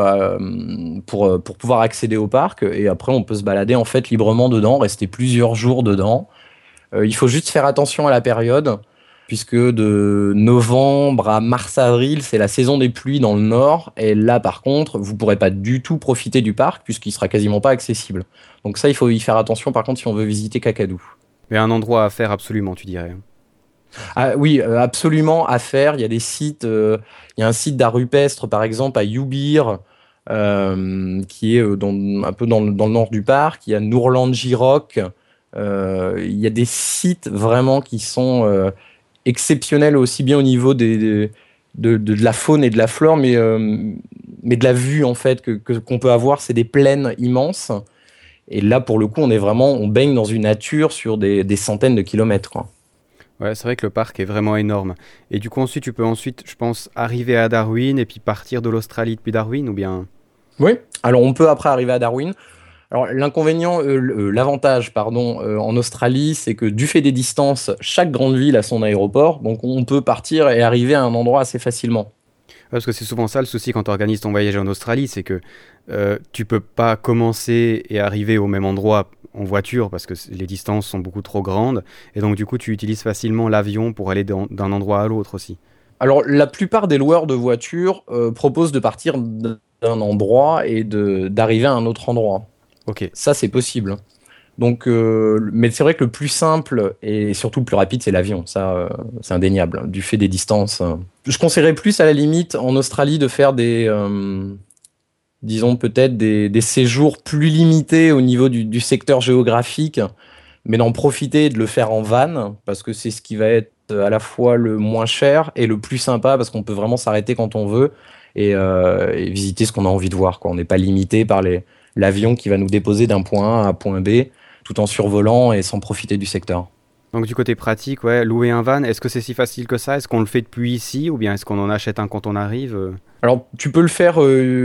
pour pouvoir accéder au parc, et après on peut se balader en fait librement dedans, rester plusieurs jours dedans. Il faut juste faire attention à la période, puisque de novembre à mars-avril, c'est la saison des pluies dans le nord, et là par contre, vous pourrez pas du tout profiter du parc, puisqu'il sera quasiment pas accessible. Donc ça, il faut y faire attention par contre si on veut visiter Kakadu. Mais un endroit à faire absolument, tu dirais. Ah oui, absolument à faire. Il y a des sites, il y a un site d'art rupestre par exemple à Youbir, qui est un peu dans le nord du parc. Il y a Nourlandji Rock. Il y a des sites vraiment qui sont exceptionnels aussi bien au niveau de la faune et de la flore, mais de la vue en fait qu'on peut avoir. C'est des plaines immenses. Et là, pour le coup, on baigne dans une nature sur des centaines de kilomètres, quoi. Ouais, c'est vrai que le parc est vraiment énorme. Et du coup, ensuite, tu peux ensuite, je pense, arriver à Darwin et puis partir de l'Australie depuis Darwin ou bien... Oui. Alors, on peut après arriver à Darwin. Alors, l'avantage, pardon, en Australie, c'est que du fait des distances, chaque grande ville a son aéroport, donc on peut partir et arriver à un endroit assez facilement. Ouais, parce que c'est souvent ça le souci quand tu organises ton voyage en Australie, c'est que tu peux pas commencer et arriver au même endroit en voiture parce que les distances sont beaucoup trop grandes. Et donc, du coup, tu utilises facilement l'avion pour aller d'un endroit à l'autre aussi. Alors, la plupart des loueurs de voitures proposent de partir d'un endroit et d'arriver à un autre endroit. Ok. Ça, c'est possible. Donc, mais c'est vrai que le plus simple et surtout le plus rapide, c'est l'avion. Ça, c'est indéniable, du fait des distances. Je conseillerais plus, à la limite, en Australie, de faire disons peut-être des séjours plus limités au niveau du secteur géographique, mais d'en profiter et de le faire en van, parce que c'est ce qui va être à la fois le moins cher et le plus sympa, parce qu'on peut vraiment s'arrêter quand on veut et visiter ce qu'on a envie de voir, quoi. On n'est pas limité par l'avion qui va nous déposer d'un point A à point B, tout en survolant et sans profiter du secteur. Donc, du côté pratique, ouais, louer un van, est-ce que c'est si facile que ça? Est-ce qu'on le fait depuis ici ou bien est-ce qu'on en achète un quand on arrive? Alors, tu peux le faire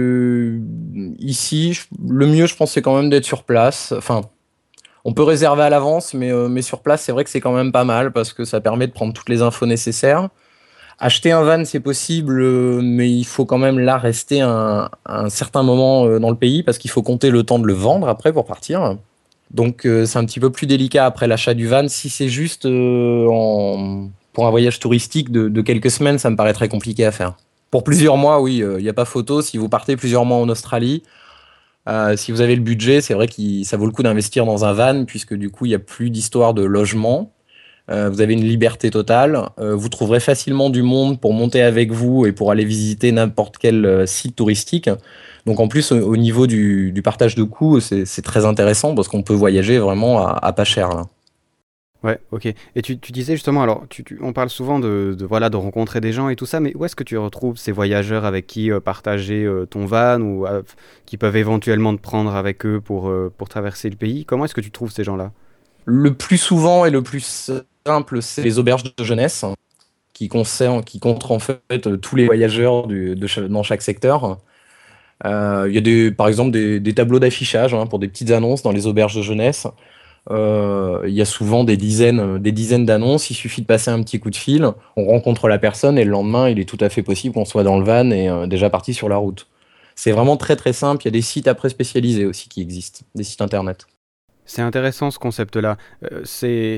ici. Le mieux, je pense, c'est quand même d'être sur place. Enfin, on peut réserver à l'avance, mais sur place, c'est vrai que c'est quand même pas mal parce que ça permet de prendre toutes les infos nécessaires. Acheter un van, c'est possible, mais il faut quand même là rester un certain moment dans le pays parce qu'il faut compter le temps de le vendre après pour partir. Donc, c'est un petit peu plus délicat après l'achat du van. Si c'est juste pour un voyage touristique de quelques semaines, ça me paraît très compliqué à faire. Pour plusieurs mois, oui, il n'y a pas photo. Si vous partez plusieurs mois en Australie, si vous avez le budget, c'est vrai que ça vaut le coup d'investir dans un van, puisque du coup, il n'y a plus d'histoire de logement. Vous avez une liberté totale. Vous trouverez facilement du monde pour monter avec vous et pour aller visiter n'importe quel site touristique. Donc en plus, au niveau du partage de coûts, c'est très intéressant parce qu'on peut voyager vraiment à pas cher, là. Ouais, ok. Et tu disais justement, alors, on parle souvent voilà, de rencontrer des gens et tout ça, mais où est-ce que tu retrouves ces voyageurs avec qui partager ton van ou qui peuvent éventuellement te prendre avec eux pour traverser le pays? Comment est-ce que tu trouves ces gens-là? Le plus souvent et le plus simple, c'est les auberges de jeunesse qui comptent en fait tous les voyageurs dans chaque secteur. Il y a par exemple des tableaux d'affichage, hein, pour des petites annonces dans les auberges de jeunesse. Il y a souvent des dizaines d'annonces. Il suffit de passer un petit coup de fil, on rencontre la personne et le lendemain, il est tout à fait possible qu'on soit dans le van et déjà parti sur la route. C'est vraiment très très simple. Il y a des sites après spécialisés aussi qui existent, des sites internet. C'est intéressant ce concept-là.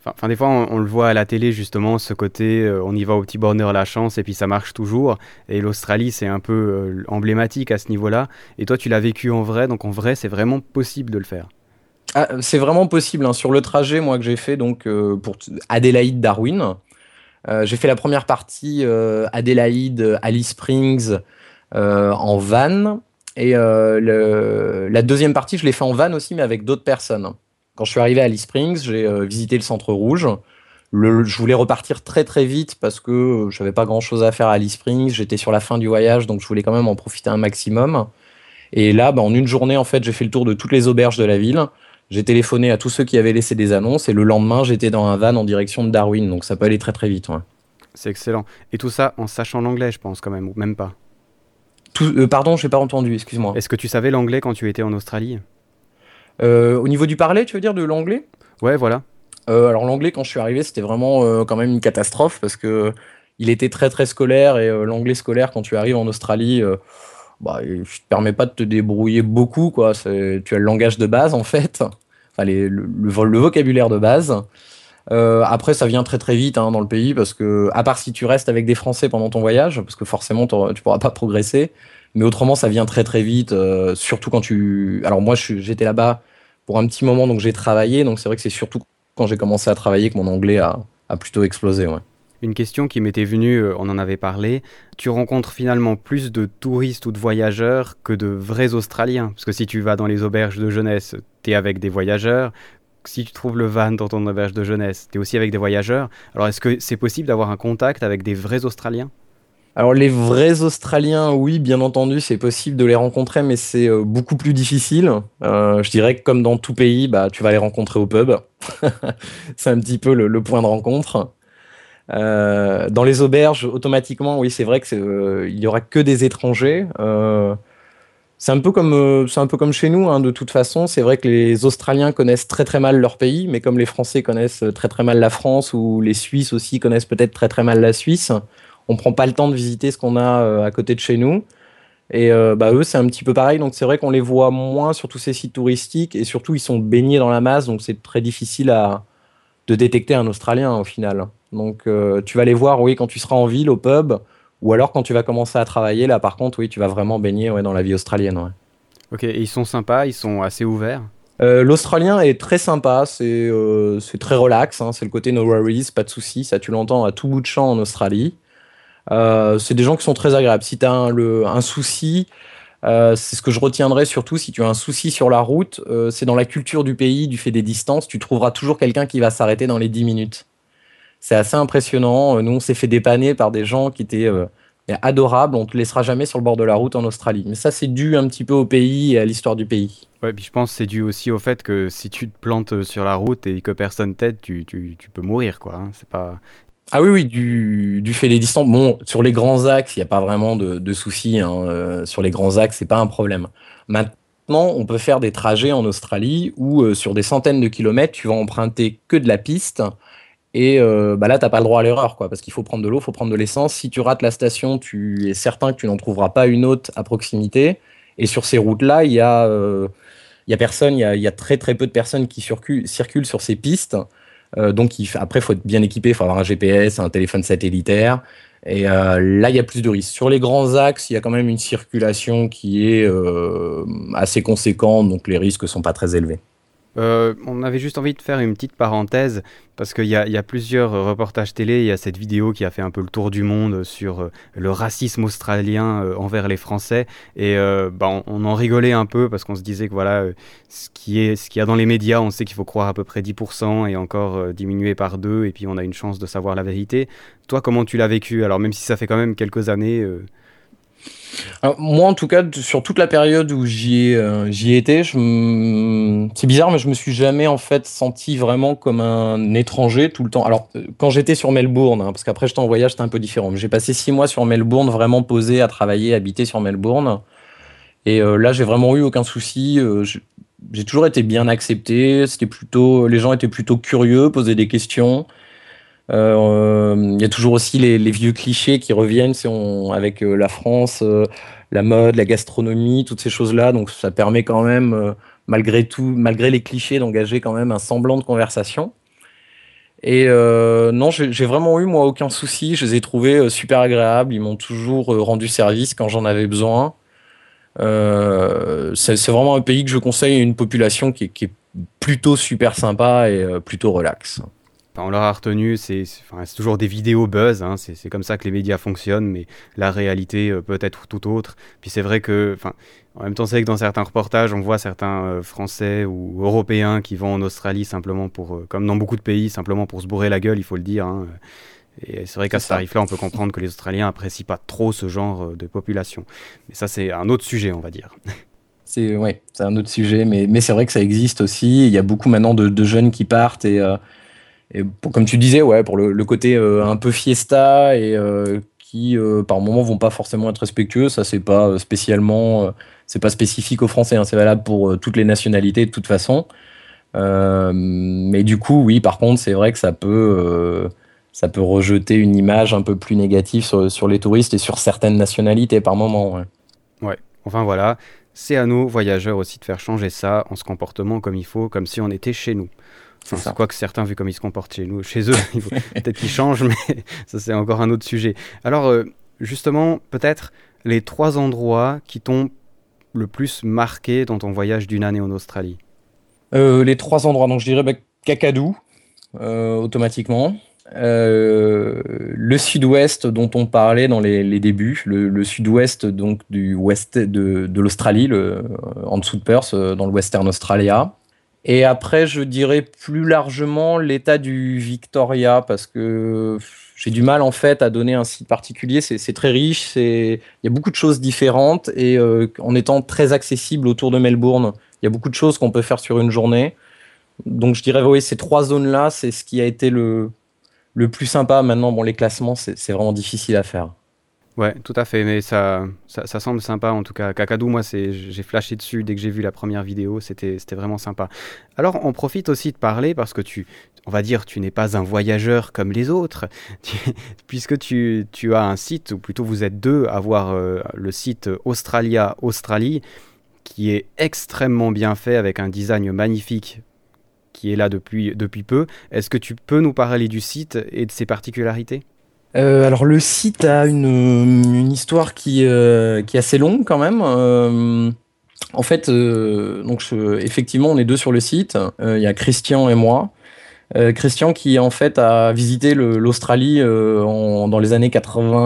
Enfin, des fois, on le voit à la télé, justement, ce côté, on y va au petit bonheur la chance, et puis ça marche toujours. Et l'Australie, c'est un peu emblématique à ce niveau-là. Et toi, tu l'as vécu en vrai, donc en vrai, c'est vraiment possible de le faire. Ah, c'est vraiment possible, hein. Sur le trajet, moi, que j'ai fait donc pour Adélaïde-Darwin, j'ai fait la première partie Adélaïde, Alice Springs en van. Et la deuxième partie, je l'ai fait en van aussi, mais avec d'autres personnes. Quand je suis arrivé à Alice Springs, j'ai visité le centre rouge. Je voulais repartir très très vite parce que j'avais pas grand chose à faire à Alice Springs. J'étais sur la fin du voyage, donc je voulais quand même en profiter un maximum. Et là, bah, en une journée, en fait, j'ai fait le tour de toutes les auberges de la ville. J'ai téléphoné à tous ceux qui avaient laissé des annonces. Et le lendemain, j'étais dans un van en direction de Darwin. Donc ça peut aller très très vite. Ouais. C'est excellent. Et tout ça en sachant l'anglais, je pense, quand même, ou même pas. Pardon, je n'ai pas entendu, excuse-moi. Est-ce que tu savais l'anglais quand tu étais en Australie? Au niveau du parler, tu veux dire, de l'anglais? Ouais, voilà. Alors l'anglais, quand je suis arrivé, c'était vraiment quand même une catastrophe parce que il était très très scolaire et l'anglais scolaire, quand tu arrives en Australie, bah, il ne te permet pas de te débrouiller beaucoup, quoi. Tu as le langage de base, en fait, enfin, le vocabulaire de base. Après, ça vient très très vite hein, dans le pays parce que, à part si tu restes avec des Français pendant ton voyage, parce que forcément tu pourras pas progresser, mais autrement ça vient très très vite, surtout quand tu. Alors moi j'étais là-bas pour un petit moment donc j'ai travaillé, donc c'est vrai que c'est surtout quand j'ai commencé à travailler que mon anglais a plutôt explosé. Ouais. Une question qui m'était venue, on en avait parlé. Tu rencontres finalement plus de touristes ou de voyageurs que de vrais Australiens. Parce que si tu vas dans les auberges de jeunesse, t'es avec des voyageurs. Si tu trouves le van dans ton auberge de jeunesse, t'es aussi avec des voyageurs. Alors est-ce que c'est possible d'avoir un contact avec des vrais Australiens? Alors les vrais Australiens, oui, bien entendu, c'est possible de les rencontrer, mais c'est beaucoup plus difficile. Je dirais que comme dans tout pays, bah, tu vas les rencontrer au pub. C'est un petit peu le point de rencontre. Dans les auberges, automatiquement, oui, c'est vrai que il y aura que des étrangers. C'est un peu comme chez nous, hein, de toute façon. C'est vrai que les Australiens connaissent très très mal leur pays, mais comme les Français connaissent très très mal la France, ou les Suisses aussi connaissent peut-être très très mal la Suisse, on prend pas le temps de visiter ce qu'on a à côté de chez nous. Et bah, eux, c'est un petit peu pareil. Donc c'est vrai qu'on les voit moins sur tous ces sites touristiques, et surtout ils sont baignés dans la masse, donc c'est très difficile de détecter un Australien au final. Donc tu vas les voir, oui, quand tu seras en ville, au pub, ou alors quand tu vas commencer à travailler, là par contre, oui, tu vas vraiment baigner ouais, dans la vie australienne. Ouais. Ok, et ils sont sympas, ils sont assez ouverts. L'Australien est très sympa, c'est très relax, hein, c'est le côté no worries, pas de soucis, ça tu l'entends à tout bout de champ en Australie. C'est des gens qui sont très agréables. Si tu as un souci, c'est ce que je retiendrai surtout, si tu as un souci sur la route, c'est dans la culture du pays, du fait des distances, tu trouveras toujours quelqu'un qui va s'arrêter dans les 10 minutes. C'est assez impressionnant. Nous, on s'est fait dépanner par des gens qui étaient adorables. On ne te laissera jamais sur le bord de la route en Australie. Mais ça, c'est dû un petit peu au pays et à l'histoire du pays. Ouais, puis je pense que c'est dû aussi au fait que si tu te plantes sur la route et que personne t'aide, tu peux mourir, quoi. Hein. C'est pas... Ah oui, oui, du fait des distances. Bon, sur les grands axes, il n'y a pas vraiment de soucis. Hein. Sur les grands axes, c'est pas un problème. Maintenant, on peut faire des trajets en Australie où, sur des centaines de kilomètres, tu vas emprunter que de la piste. Et bah là, t'as pas le droit à l'erreur, quoi, parce qu'il faut prendre de l'eau, il faut prendre de l'essence. Si tu rates la station, tu es certain que tu n'en trouveras pas une autre à proximité. Et sur ces routes-là, il y a personne, il y a très très peu de personnes qui circulent sur ces pistes. Donc après, il faut être bien équipé, il faut avoir un GPS, un téléphone satellitaire. Et là, il y a plus de risques. Sur les grands axes, il y a quand même une circulation qui est assez conséquente, donc les risques sont pas très élevés. On avait juste envie de faire une petite parenthèse parce qu'il y a plusieurs reportages télé, il y a cette vidéo qui a fait un peu le tour du monde sur le racisme australien envers les Français et bah, on en rigolait un peu parce qu'on se disait que voilà, ce qu'il y a dans les médias, on sait qu'il faut croire à peu près 10% et encore diminuer par 2 et puis on a une chance de savoir la vérité. Toi, comment tu l'as vécu? Alors même si ça fait quand même quelques années... Alors, moi, en tout cas, sur toute la période où j'y étais, c'est bizarre, mais je me suis jamais en fait senti vraiment comme un étranger tout le temps. Alors, quand j'étais sur Melbourne, hein, parce qu'après j'étais en voyage, c'était un peu différent. Mais j'ai passé 6 mois sur Melbourne, vraiment posé à travailler, habiter sur Melbourne. Et là, j'ai vraiment eu aucun souci. J'ai toujours été bien accepté. Les gens étaient plutôt curieux, posaient des questions. Il y a toujours aussi les vieux clichés qui reviennent avec la France, la mode, la gastronomie, toutes ces choses-là. Donc ça permet quand même, malgré tout, malgré les clichés, d'engager quand même un semblant de conversation. Et non, j'ai vraiment eu, moi, aucun souci. Je les ai trouvés super agréables. Ils m'ont toujours rendu service quand j'en avais besoin. C'est vraiment un pays que je conseille à une population qui est plutôt super sympa et plutôt relax. Enfin, on l'aura retenu, c'est toujours des vidéos buzz, hein, c'est comme ça que les médias fonctionnent, mais la réalité peut être tout autre. Puis c'est vrai que, enfin, en même temps, c'est vrai que dans certains reportages, on voit certains Français ou Européens qui vont en Australie simplement pour, comme dans beaucoup de pays, simplement pour se bourrer la gueule, il faut le dire. Hein. Et c'est vrai qu'à ce tarif-là, on peut comprendre que les Australiens apprécient pas trop ce genre de population. Mais ça, c'est un autre sujet, on va dire. Ouais, c'est un autre sujet, mais c'est vrai que ça existe aussi. Il y a beaucoup maintenant de jeunes qui partent comme tu disais, ouais, pour le côté un peu fiesta et qui par moments vont pas forcément être respectueux. Ça, c'est pas spécialement, c'est pas spécifique aux Français, hein, c'est valable pour toutes les nationalités de toute façon. Mais du coup, oui, par contre, c'est vrai que ça peut rejeter une image un peu plus négative sur les touristes et sur certaines nationalités par moment. Ouais. Ouais, enfin voilà, c'est à nous, voyageurs aussi, de faire changer ça en se comportant comme il faut, comme si on était chez nous. Enfin, c'est quoi que certains, vu comme ils se comportent chez eux, il faut peut-être qu'ils changent, mais ça c'est encore un autre sujet. Alors, justement, peut-être les 3 endroits qui t'ont le plus marqué dans ton voyage d'une année en Australie. Les 3 endroits, donc je dirais Kakadu, automatiquement. Le sud-ouest dont on parlait dans les débuts, le sud-ouest donc du ouest de l'Australie, en dessous de Perth, dans le Western Australia. Et après, je dirais plus largement l'état du Victoria, parce que j'ai du mal en fait à donner un site particulier. C'est très riche, il y a beaucoup de choses différentes, et en étant très accessible autour de Melbourne, il y a beaucoup de choses qu'on peut faire sur une journée. Donc je dirais, oui, ces 3 zones-là, c'est ce qui a été le plus sympa. Maintenant, bon, les classements, c'est vraiment difficile à faire. Ouais, tout à fait, mais ça semble sympa en tout cas. Kakadu, moi, j'ai flashé dessus dès que j'ai vu la première vidéo, c'était vraiment sympa. Alors, on profite aussi de parler parce que on va dire, tu n'es pas un voyageur comme les autres, puisque tu as un site, ou plutôt vous êtes 2 à avoir le site Australia Australie, qui est extrêmement bien fait avec un design magnifique qui est là depuis peu. Est-ce que tu peux nous parler du site et de ses particularités ? Alors le site a une histoire qui est assez longue quand même. En fait, effectivement, on est 2 sur le site. Il y a Christian et moi. Christian qui en fait a visité l'Australie dans les années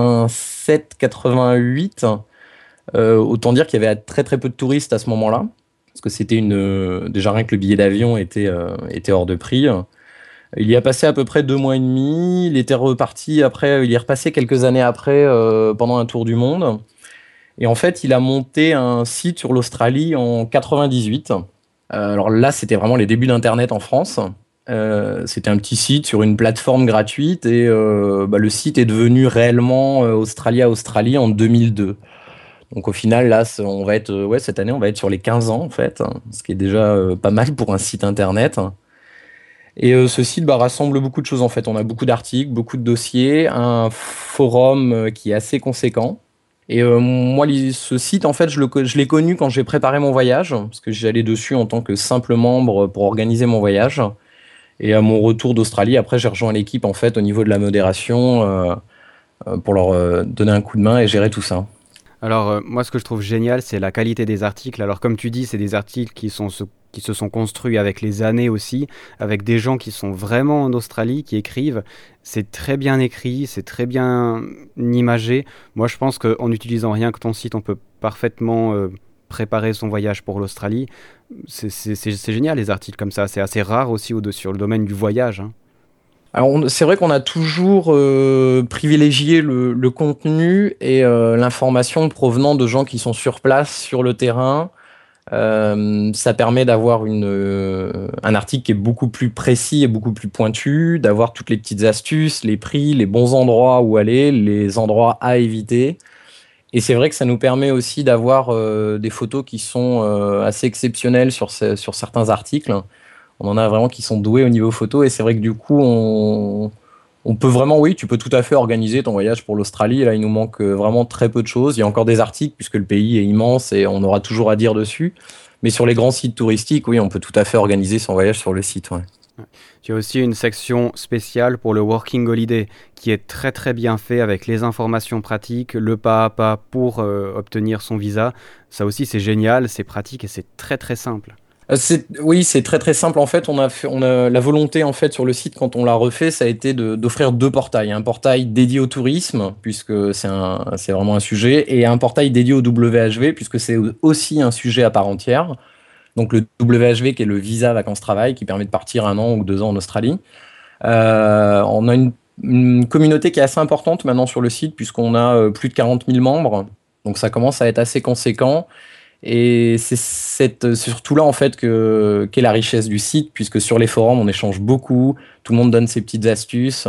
87-88. Autant dire qu'il y avait très très peu de touristes à ce moment-là, parce que c'était déjà rien que le billet d'avion était hors de prix. Il y a passé à peu près 2 mois et demi. Il était reparti après. Il y est repassé quelques années après pendant un tour du monde. Et en fait, il a monté un site sur l'Australie en 98. Alors là, c'était vraiment les débuts d'Internet en France. C'était un petit site sur une plateforme gratuite et le site est devenu réellement Australia Australie en 2002. Donc au final, là, on va être, cette année, on va être sur les 15 ans en fait, hein, ce qui est déjà pas mal pour un site Internet. Et ce site rassemble beaucoup de choses en fait. On a beaucoup d'articles, beaucoup de dossiers, un forum qui est assez conséquent. Et moi, ce site, en fait, je l'ai connu quand j'ai préparé mon voyage, parce que j'allais dessus en tant que simple membre pour organiser mon voyage. Et à mon retour d'Australie, après, j'ai rejoint l'équipe en fait au niveau de la modération pour leur donner un coup de main et gérer tout ça. Alors, moi, ce que je trouve génial, c'est la qualité des articles. Alors, comme tu dis, c'est des articles qui se sont construits avec les années aussi, avec des gens qui sont vraiment en Australie, qui écrivent. C'est très bien écrit, c'est très bien imagé. Moi, je pense qu'en utilisant rien que ton site, on peut parfaitement préparer son voyage pour l'Australie. C'est génial, les articles comme ça. C'est assez rare aussi sur le domaine du voyage, hein. Alors, c'est vrai qu'on a toujours privilégié le contenu et l'information provenant de gens qui sont sur place, sur le terrain. Ça permet d'avoir un article qui est beaucoup plus précis et beaucoup plus pointu, d'avoir toutes les petites astuces, les prix, les bons endroits où aller, les endroits à éviter. Et c'est vrai que ça nous permet aussi d'avoir des photos qui sont assez exceptionnelles sur certains articles. On en a vraiment qui sont doués au niveau photo et c'est vrai que du coup, on peut vraiment, oui, tu peux tout à fait organiser ton voyage pour l'Australie. Là, il nous manque vraiment très peu de choses. Il y a encore des articles puisque le pays est immense et on aura toujours à dire dessus. Mais sur les grands sites touristiques, oui, on peut tout à fait organiser son voyage sur le site. Ouais. Tu as aussi une section spéciale pour le Working Holiday qui est très très bien fait avec les informations pratiques, le pas à pas pour obtenir son visa. Ça aussi c'est génial, c'est pratique et c'est très très simple. Oui, c'est très très simple. En fait, on a la volonté en fait sur le site quand on l'a refait, ça a été d'offrir deux portails, un portail dédié au tourisme puisque c'est vraiment un sujet, et un portail dédié au WHV puisque c'est aussi un sujet à part entière. Donc le WHV qui est le visa vacances-travail qui permet de partir 1 an ou 2 ans en Australie. On a une communauté qui est assez importante maintenant sur le site puisqu'on a plus de 40 000 membres, donc ça commence à être assez conséquent. Et c'est surtout là en fait qu'est la richesse du site, puisque sur les forums on échange beaucoup, tout le monde donne ses petites astuces.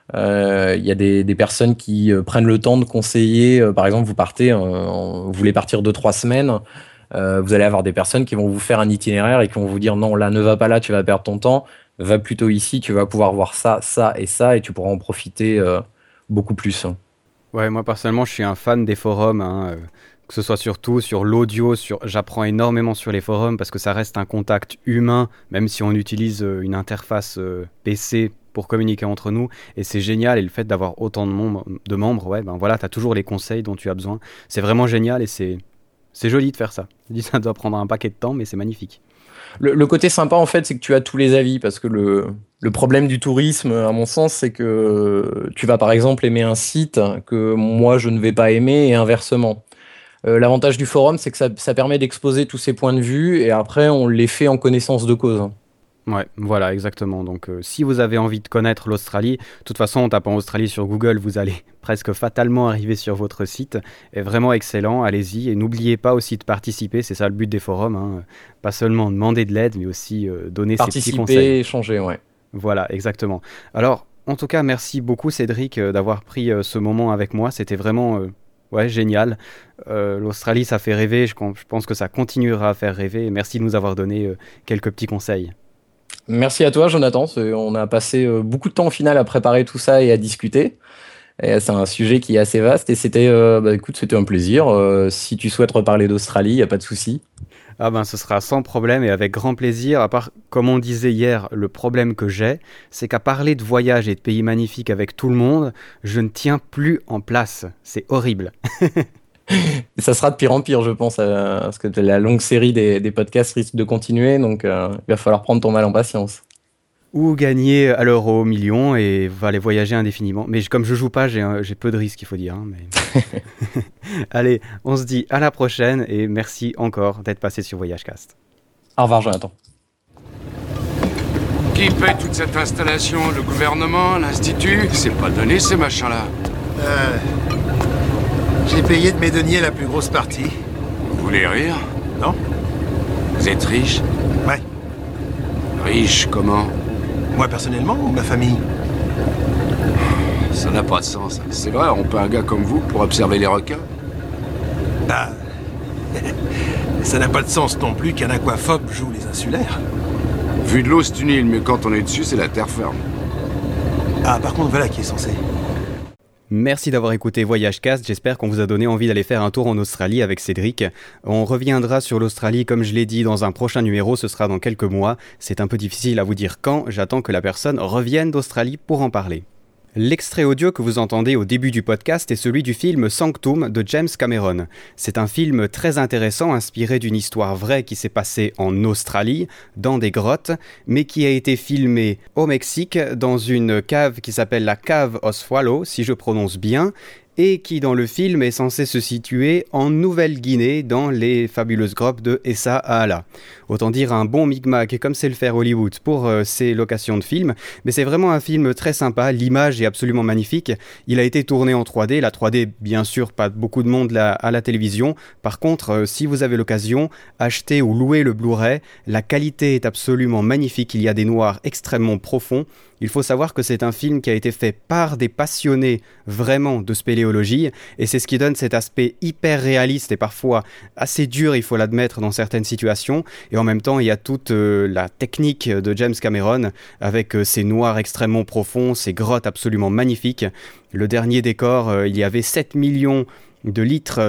Il y a des personnes qui prennent le temps de conseiller. Par exemple, vous voulez partir 2-3 semaines, vous allez avoir des personnes qui vont vous faire un itinéraire et qui vont vous dire non, là ne va pas là, tu vas perdre ton temps, va plutôt ici, tu vas pouvoir voir ça, ça et ça, et tu pourras en profiter beaucoup plus. Ouais, moi personnellement je suis un fan des forums, hein, que ce soit surtout sur l'audio, j'apprends énormément sur les forums parce que ça reste un contact humain, même si on utilise une interface PC pour communiquer entre nous, et c'est génial, et le fait d'avoir autant de membres, ouais, ben voilà, t'as toujours les conseils dont tu as besoin, c'est vraiment génial, et c'est joli de faire ça. Je dis ça doit prendre un paquet de temps, mais c'est magnifique. Le côté sympa, en fait, c'est que tu as tous les avis, parce que le problème du tourisme, à mon sens, c'est que tu vas par exemple aimer un site que moi je ne vais pas aimer, et inversement. L'avantage du forum, c'est que ça permet d'exposer tous ces points de vue, et après on les fait en connaissance de cause. Ouais, voilà, exactement. Donc, si vous avez envie de connaître l'Australie, de toute façon, en tapant Australie sur Google, vous allez presque fatalement arriver sur votre site. Est vraiment excellent, allez-y. Et n'oubliez pas aussi de participer, c'est ça le but des forums, hein. Pas seulement demander de l'aide, mais aussi donner ses petits conseils. Participer, échanger, ouais. Voilà, exactement. Alors, en tout cas, merci beaucoup Cédric d'avoir pris ce moment avec moi. C'était vraiment ouais, génial. L'Australie, ça fait rêver. Je pense que ça continuera à faire rêver. Et merci de nous avoir donné quelques petits conseils. Merci à toi, Jonathan. On a passé beaucoup de temps au final à préparer tout ça et à discuter. Et c'est un sujet qui est assez vaste, et écoute, c'était un plaisir. Si tu souhaites reparler d'Australie, il n'y a pas de souci. Ah ben, ce sera sans problème et avec grand plaisir. À part, comme on disait hier, le problème que j'ai, c'est qu'à parler de voyage et de pays magnifiques avec tout le monde, je ne tiens plus en place. C'est horrible. Et ça sera de pire en pire, je pense, parce que la longue série des podcasts risque de continuer, donc il va falloir prendre ton mal en patience. Ou gagner à l'euro, au million, et aller voyager indéfiniment. Mais comme je joue pas, j'ai peu de risques, il faut dire. Hein, mais... Allez, on se dit à la prochaine, et merci encore d'être passé sur VoyageCast. Au revoir, Jonathan. Qui paie toute cette installation? Le gouvernement, l'institut? C'est pas donné ces machins-là. J'ai payé de mes deniers la plus grosse partie. Vous voulez rire? Non? Vous êtes riche? Ouais. Riche comment? Moi personnellement ou ma famille? Ça n'a pas de sens. C'est vrai, on paie un gars comme vous pour observer les requins? Bah... ça n'a pas de sens non plus qu'un aquaphobe joue les insulaires. Vu de l'eau, c'est une île, mais quand on est dessus, c'est la terre ferme. Ah, par contre, voilà qui est censé. Merci d'avoir écouté VoyageCast, j'espère qu'on vous a donné envie d'aller faire un tour en Australie avec Cédric. On reviendra sur l'Australie, comme je l'ai dit, dans un prochain numéro, ce sera dans quelques mois. C'est un peu difficile à vous dire quand, j'attends que la personne revienne d'Australie pour en parler. L'extrait audio que vous entendez au début du podcast est celui du film Sanctum de James Cameron. C'est un film très intéressant, inspiré d'une histoire vraie qui s'est passée en Australie, dans des grottes, mais qui a été filmé au Mexique, dans une cave qui s'appelle la cave Oswallo, si je prononce bien, et qui dans le film est censé se situer en Nouvelle-Guinée, dans les fabuleuses grottes de Essa Ala. Autant dire un bon micmac, comme c'est le faire Hollywood pour ses locations de films, mais c'est vraiment un film très sympa, l'image est absolument magnifique, il a été tourné en 3D, la 3D bien sûr pas beaucoup de monde à la télévision, par contre si vous avez l'occasion, achetez ou louez le Blu-ray, la qualité est absolument magnifique, il y a des noirs extrêmement profonds. Il faut savoir que c'est un film qui a été fait par des passionnés vraiment de spéléologie, et c'est ce qui donne cet aspect hyper réaliste et parfois assez dur, il faut l'admettre, dans certaines situations, et en même temps il y a toute la technique de James Cameron avec ces noirs extrêmement profonds, ces grottes absolument magnifiques. Le dernier décor, il y avait 7 millions de litres d'eau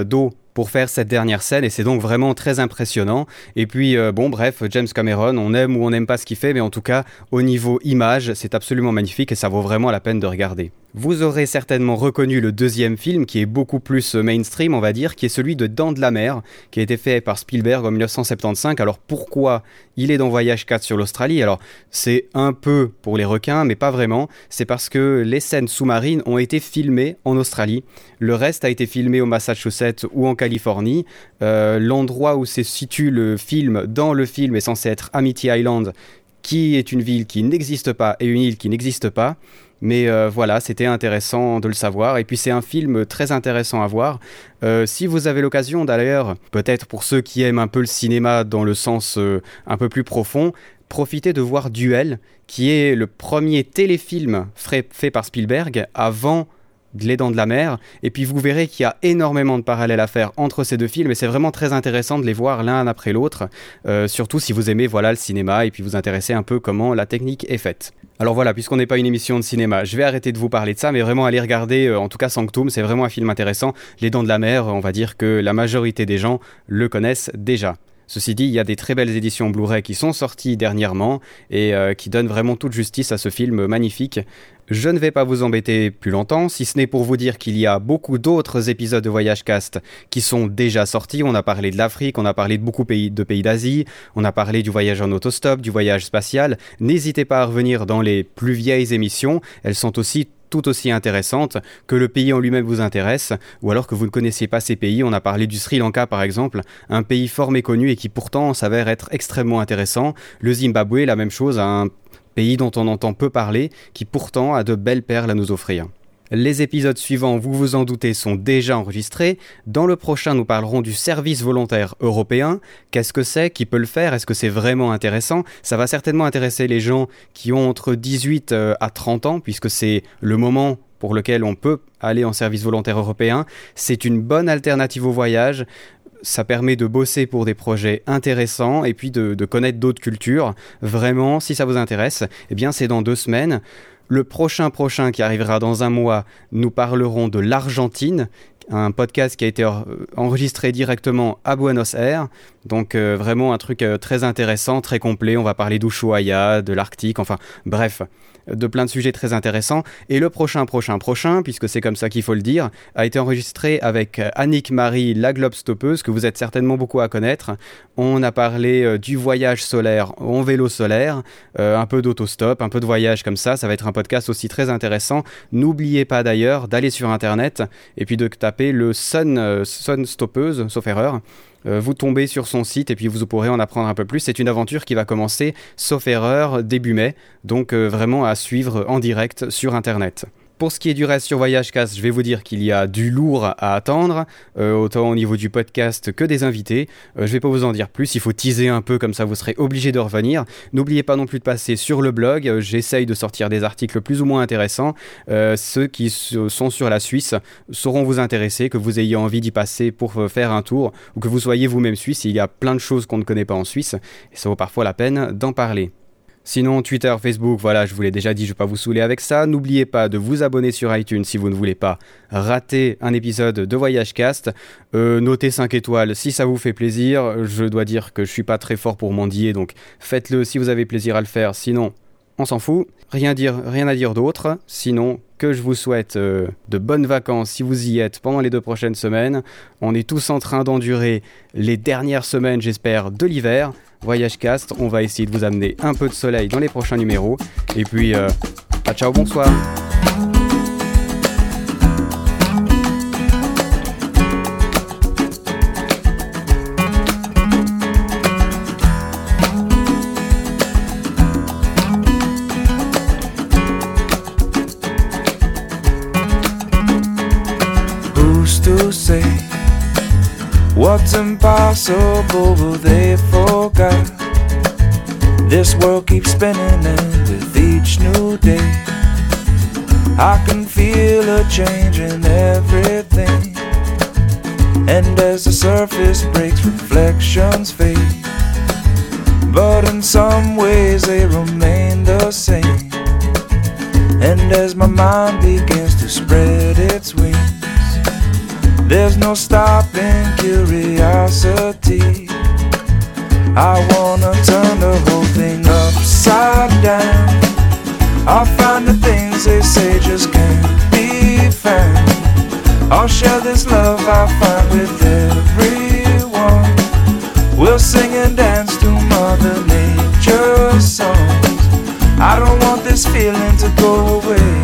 pour faire cette dernière scène et c'est donc vraiment très impressionnant. Et puis bref, James Cameron, on aime ou on n'aime pas ce qu'il fait, mais en tout cas au niveau image c'est absolument magnifique et ça vaut vraiment la peine de regarder. Vous aurez certainement reconnu le deuxième film qui est beaucoup plus mainstream, on va dire, qui est celui de Dents de la Mer, qui a été fait par Spielberg en 1975. Alors pourquoi il est dans Voyage 4 sur l'Australie? Alors c'est un peu pour les requins, mais pas vraiment. C'est parce que les scènes sous-marines ont été filmées en Australie. Le reste a été filmé au Massachusetts ou en Californie. L'endroit où se situe le film, dans le film, est censé être Amity Island, qui est une ville qui n'existe pas et une île qui n'existe pas. Mais voilà, c'était intéressant de le savoir. Et puis c'est un film très intéressant à voir. Si vous avez l'occasion d'ailleurs, peut-être pour ceux qui aiment un peu le cinéma dans le sens un peu plus profond, profitez de voir Duel, qui est le premier téléfilm fait par Spielberg avant Les Dents de la Mer, et puis vous verrez qu'il y a énormément de parallèles à faire entre ces deux films, et c'est vraiment très intéressant de les voir l'un après l'autre, surtout si vous aimez le cinéma, et puis vous intéressez un peu comment la technique est faite. Alors voilà, puisqu'on n'est pas une émission de cinéma, je vais arrêter de vous parler de ça, mais vraiment aller regarder, en tout cas Sanctum, c'est vraiment un film intéressant. Les Dents de la Mer, on va dire que la majorité des gens le connaissent déjà. Ceci dit, il y a des très belles éditions Blu-ray qui sont sorties dernièrement et qui donnent vraiment toute justice à ce film magnifique. Je ne vais pas vous embêter plus longtemps, si ce n'est pour vous dire qu'il y a beaucoup d'autres épisodes de Voyage Cast qui sont déjà sortis. On a parlé de l'Afrique, on a parlé de beaucoup de pays d'Asie, on a parlé du voyage en autostop, du voyage spatial. N'hésitez pas à revenir dans les plus vieilles émissions, elles sont aussi tout aussi intéressantes, que le pays en lui-même vous intéresse, ou alors que vous ne connaissiez pas ces pays. On a parlé du Sri Lanka par exemple, un pays fort méconnu et qui pourtant s'avère être extrêmement intéressant. Le Zimbabwe, la même chose, un pays dont on entend peu parler, qui pourtant a de belles perles à nous offrir. Les épisodes suivants, vous vous en doutez, sont déjà enregistrés. Dans le prochain, nous parlerons du service volontaire européen. Qu'est-ce que c'est? Qui peut le faire? Est-ce que c'est vraiment intéressant? Ça va certainement intéresser les gens qui ont entre 18 à 30 ans, puisque c'est le moment pour lequel on peut aller en service volontaire européen. C'est une bonne alternative au voyage. Ça permet de bosser pour des projets intéressants et puis de connaître d'autres cultures. Vraiment, si ça vous intéresse, eh bien c'est dans 2 semaines. Le prochain qui arrivera dans un mois, nous parlerons de l'Argentine, un podcast qui a été enregistré directement à Buenos Aires. Donc vraiment un truc très intéressant, très complet. On va parler d'Ushuaïa, de l'Arctique, enfin bref, de plein de sujets très intéressants. Et le prochain, puisque c'est comme ça qu'il faut le dire, a été enregistré avec Annick Marie, la globe-stoppeuse, que vous êtes certainement beaucoup à connaître. On a parlé du voyage solaire en vélo solaire, un peu d'autostop, un peu de voyage comme ça. Ça va être un podcast aussi très intéressant. N'oubliez pas d'ailleurs d'aller sur internet et puis de taper le Sun Stoppeuse, sauf erreur. Vous tombez sur son site et puis vous pourrez en apprendre un peu plus. C'est une aventure qui va commencer, sauf erreur, début mai. Donc vraiment à suivre en direct sur internet. Pour ce qui est du reste sur Voyage Cast, je vais vous dire qu'il y a du lourd à attendre, autant au niveau du podcast que des invités. Je vais pas vous en dire plus, il faut teaser un peu, comme ça vous serez obligé de revenir. N'oubliez pas non plus de passer sur le blog, j'essaye de sortir des articles plus ou moins intéressants. Ceux qui sont sur la Suisse sauront vous intéresser, que vous ayez envie d'y passer pour faire un tour, ou que vous soyez vous-même suisse. Il y a plein de choses qu'on ne connaît pas en Suisse, et ça vaut parfois la peine d'en parler. Sinon, Twitter, Facebook, voilà, je vous l'ai déjà dit, je ne vais pas vous saouler avec ça. N'oubliez pas de vous abonner sur iTunes si vous ne voulez pas rater un épisode de Voyage Cast. Notez 5 étoiles si ça vous fait plaisir. Je dois dire que je ne suis pas très fort pour mendier, donc faites-le si vous avez plaisir à le faire. Sinon, on s'en fout. Rien à dire d'autre. Sinon, que je vous souhaite de bonnes vacances si vous y êtes pendant les 2 prochaines semaines. On est tous en train d'endurer les dernières semaines, j'espère, de l'hiver. Voyage Cast, on va essayer de vous amener un peu de soleil dans les prochains numéros. Et puis, ciao, bonsoir. Who's to say what's impossible they forgot? This world keeps spinning and with each new day I can feel a change in everything. And as the surface breaks, reflections fade, but in some ways they remain the same. And as my mind begins to spread its wings, There's no stopping curiosity. I wanna turn the whole thing upside down. I'll find the things they say just can't be found. I'll share this love I find with everyone. We'll sing and dance to Mother Nature's songs. I don't want this feeling to go away.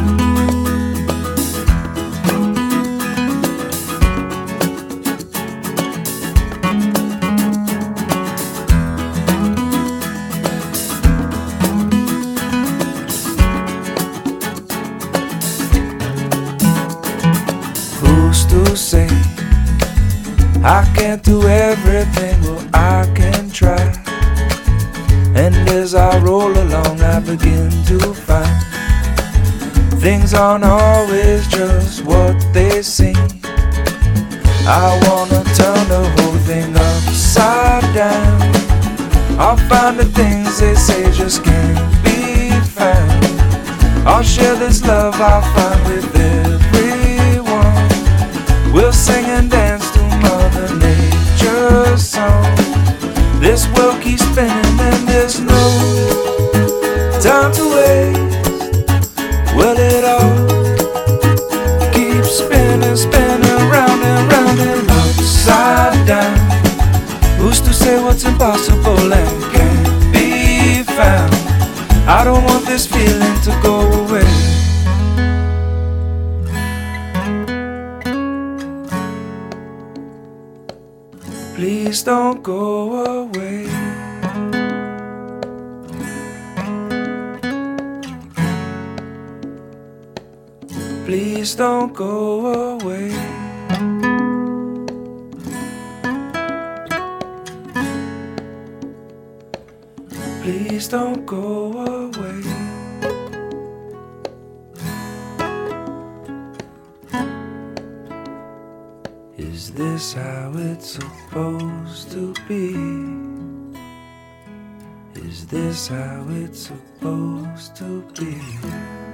To say I can't do everything, well I can try. And as I roll along I begin to find things aren't always just what they seem. I wanna turn the whole thing upside down. I'll find the things they say just can't be found. I'll share this love I find with everyone. We'll sing and dance to Mother Nature's song. This world keeps spinning and there's no time to waste. Well, it all keeps spinning, spinning round and round and upside down. Who's to say what's impossible and can't be found? I don't want this feeling to go away. Please don't go away. Please don't go away. Please don't go away. Is this how it's supposed to be? Is this how it's supposed to be?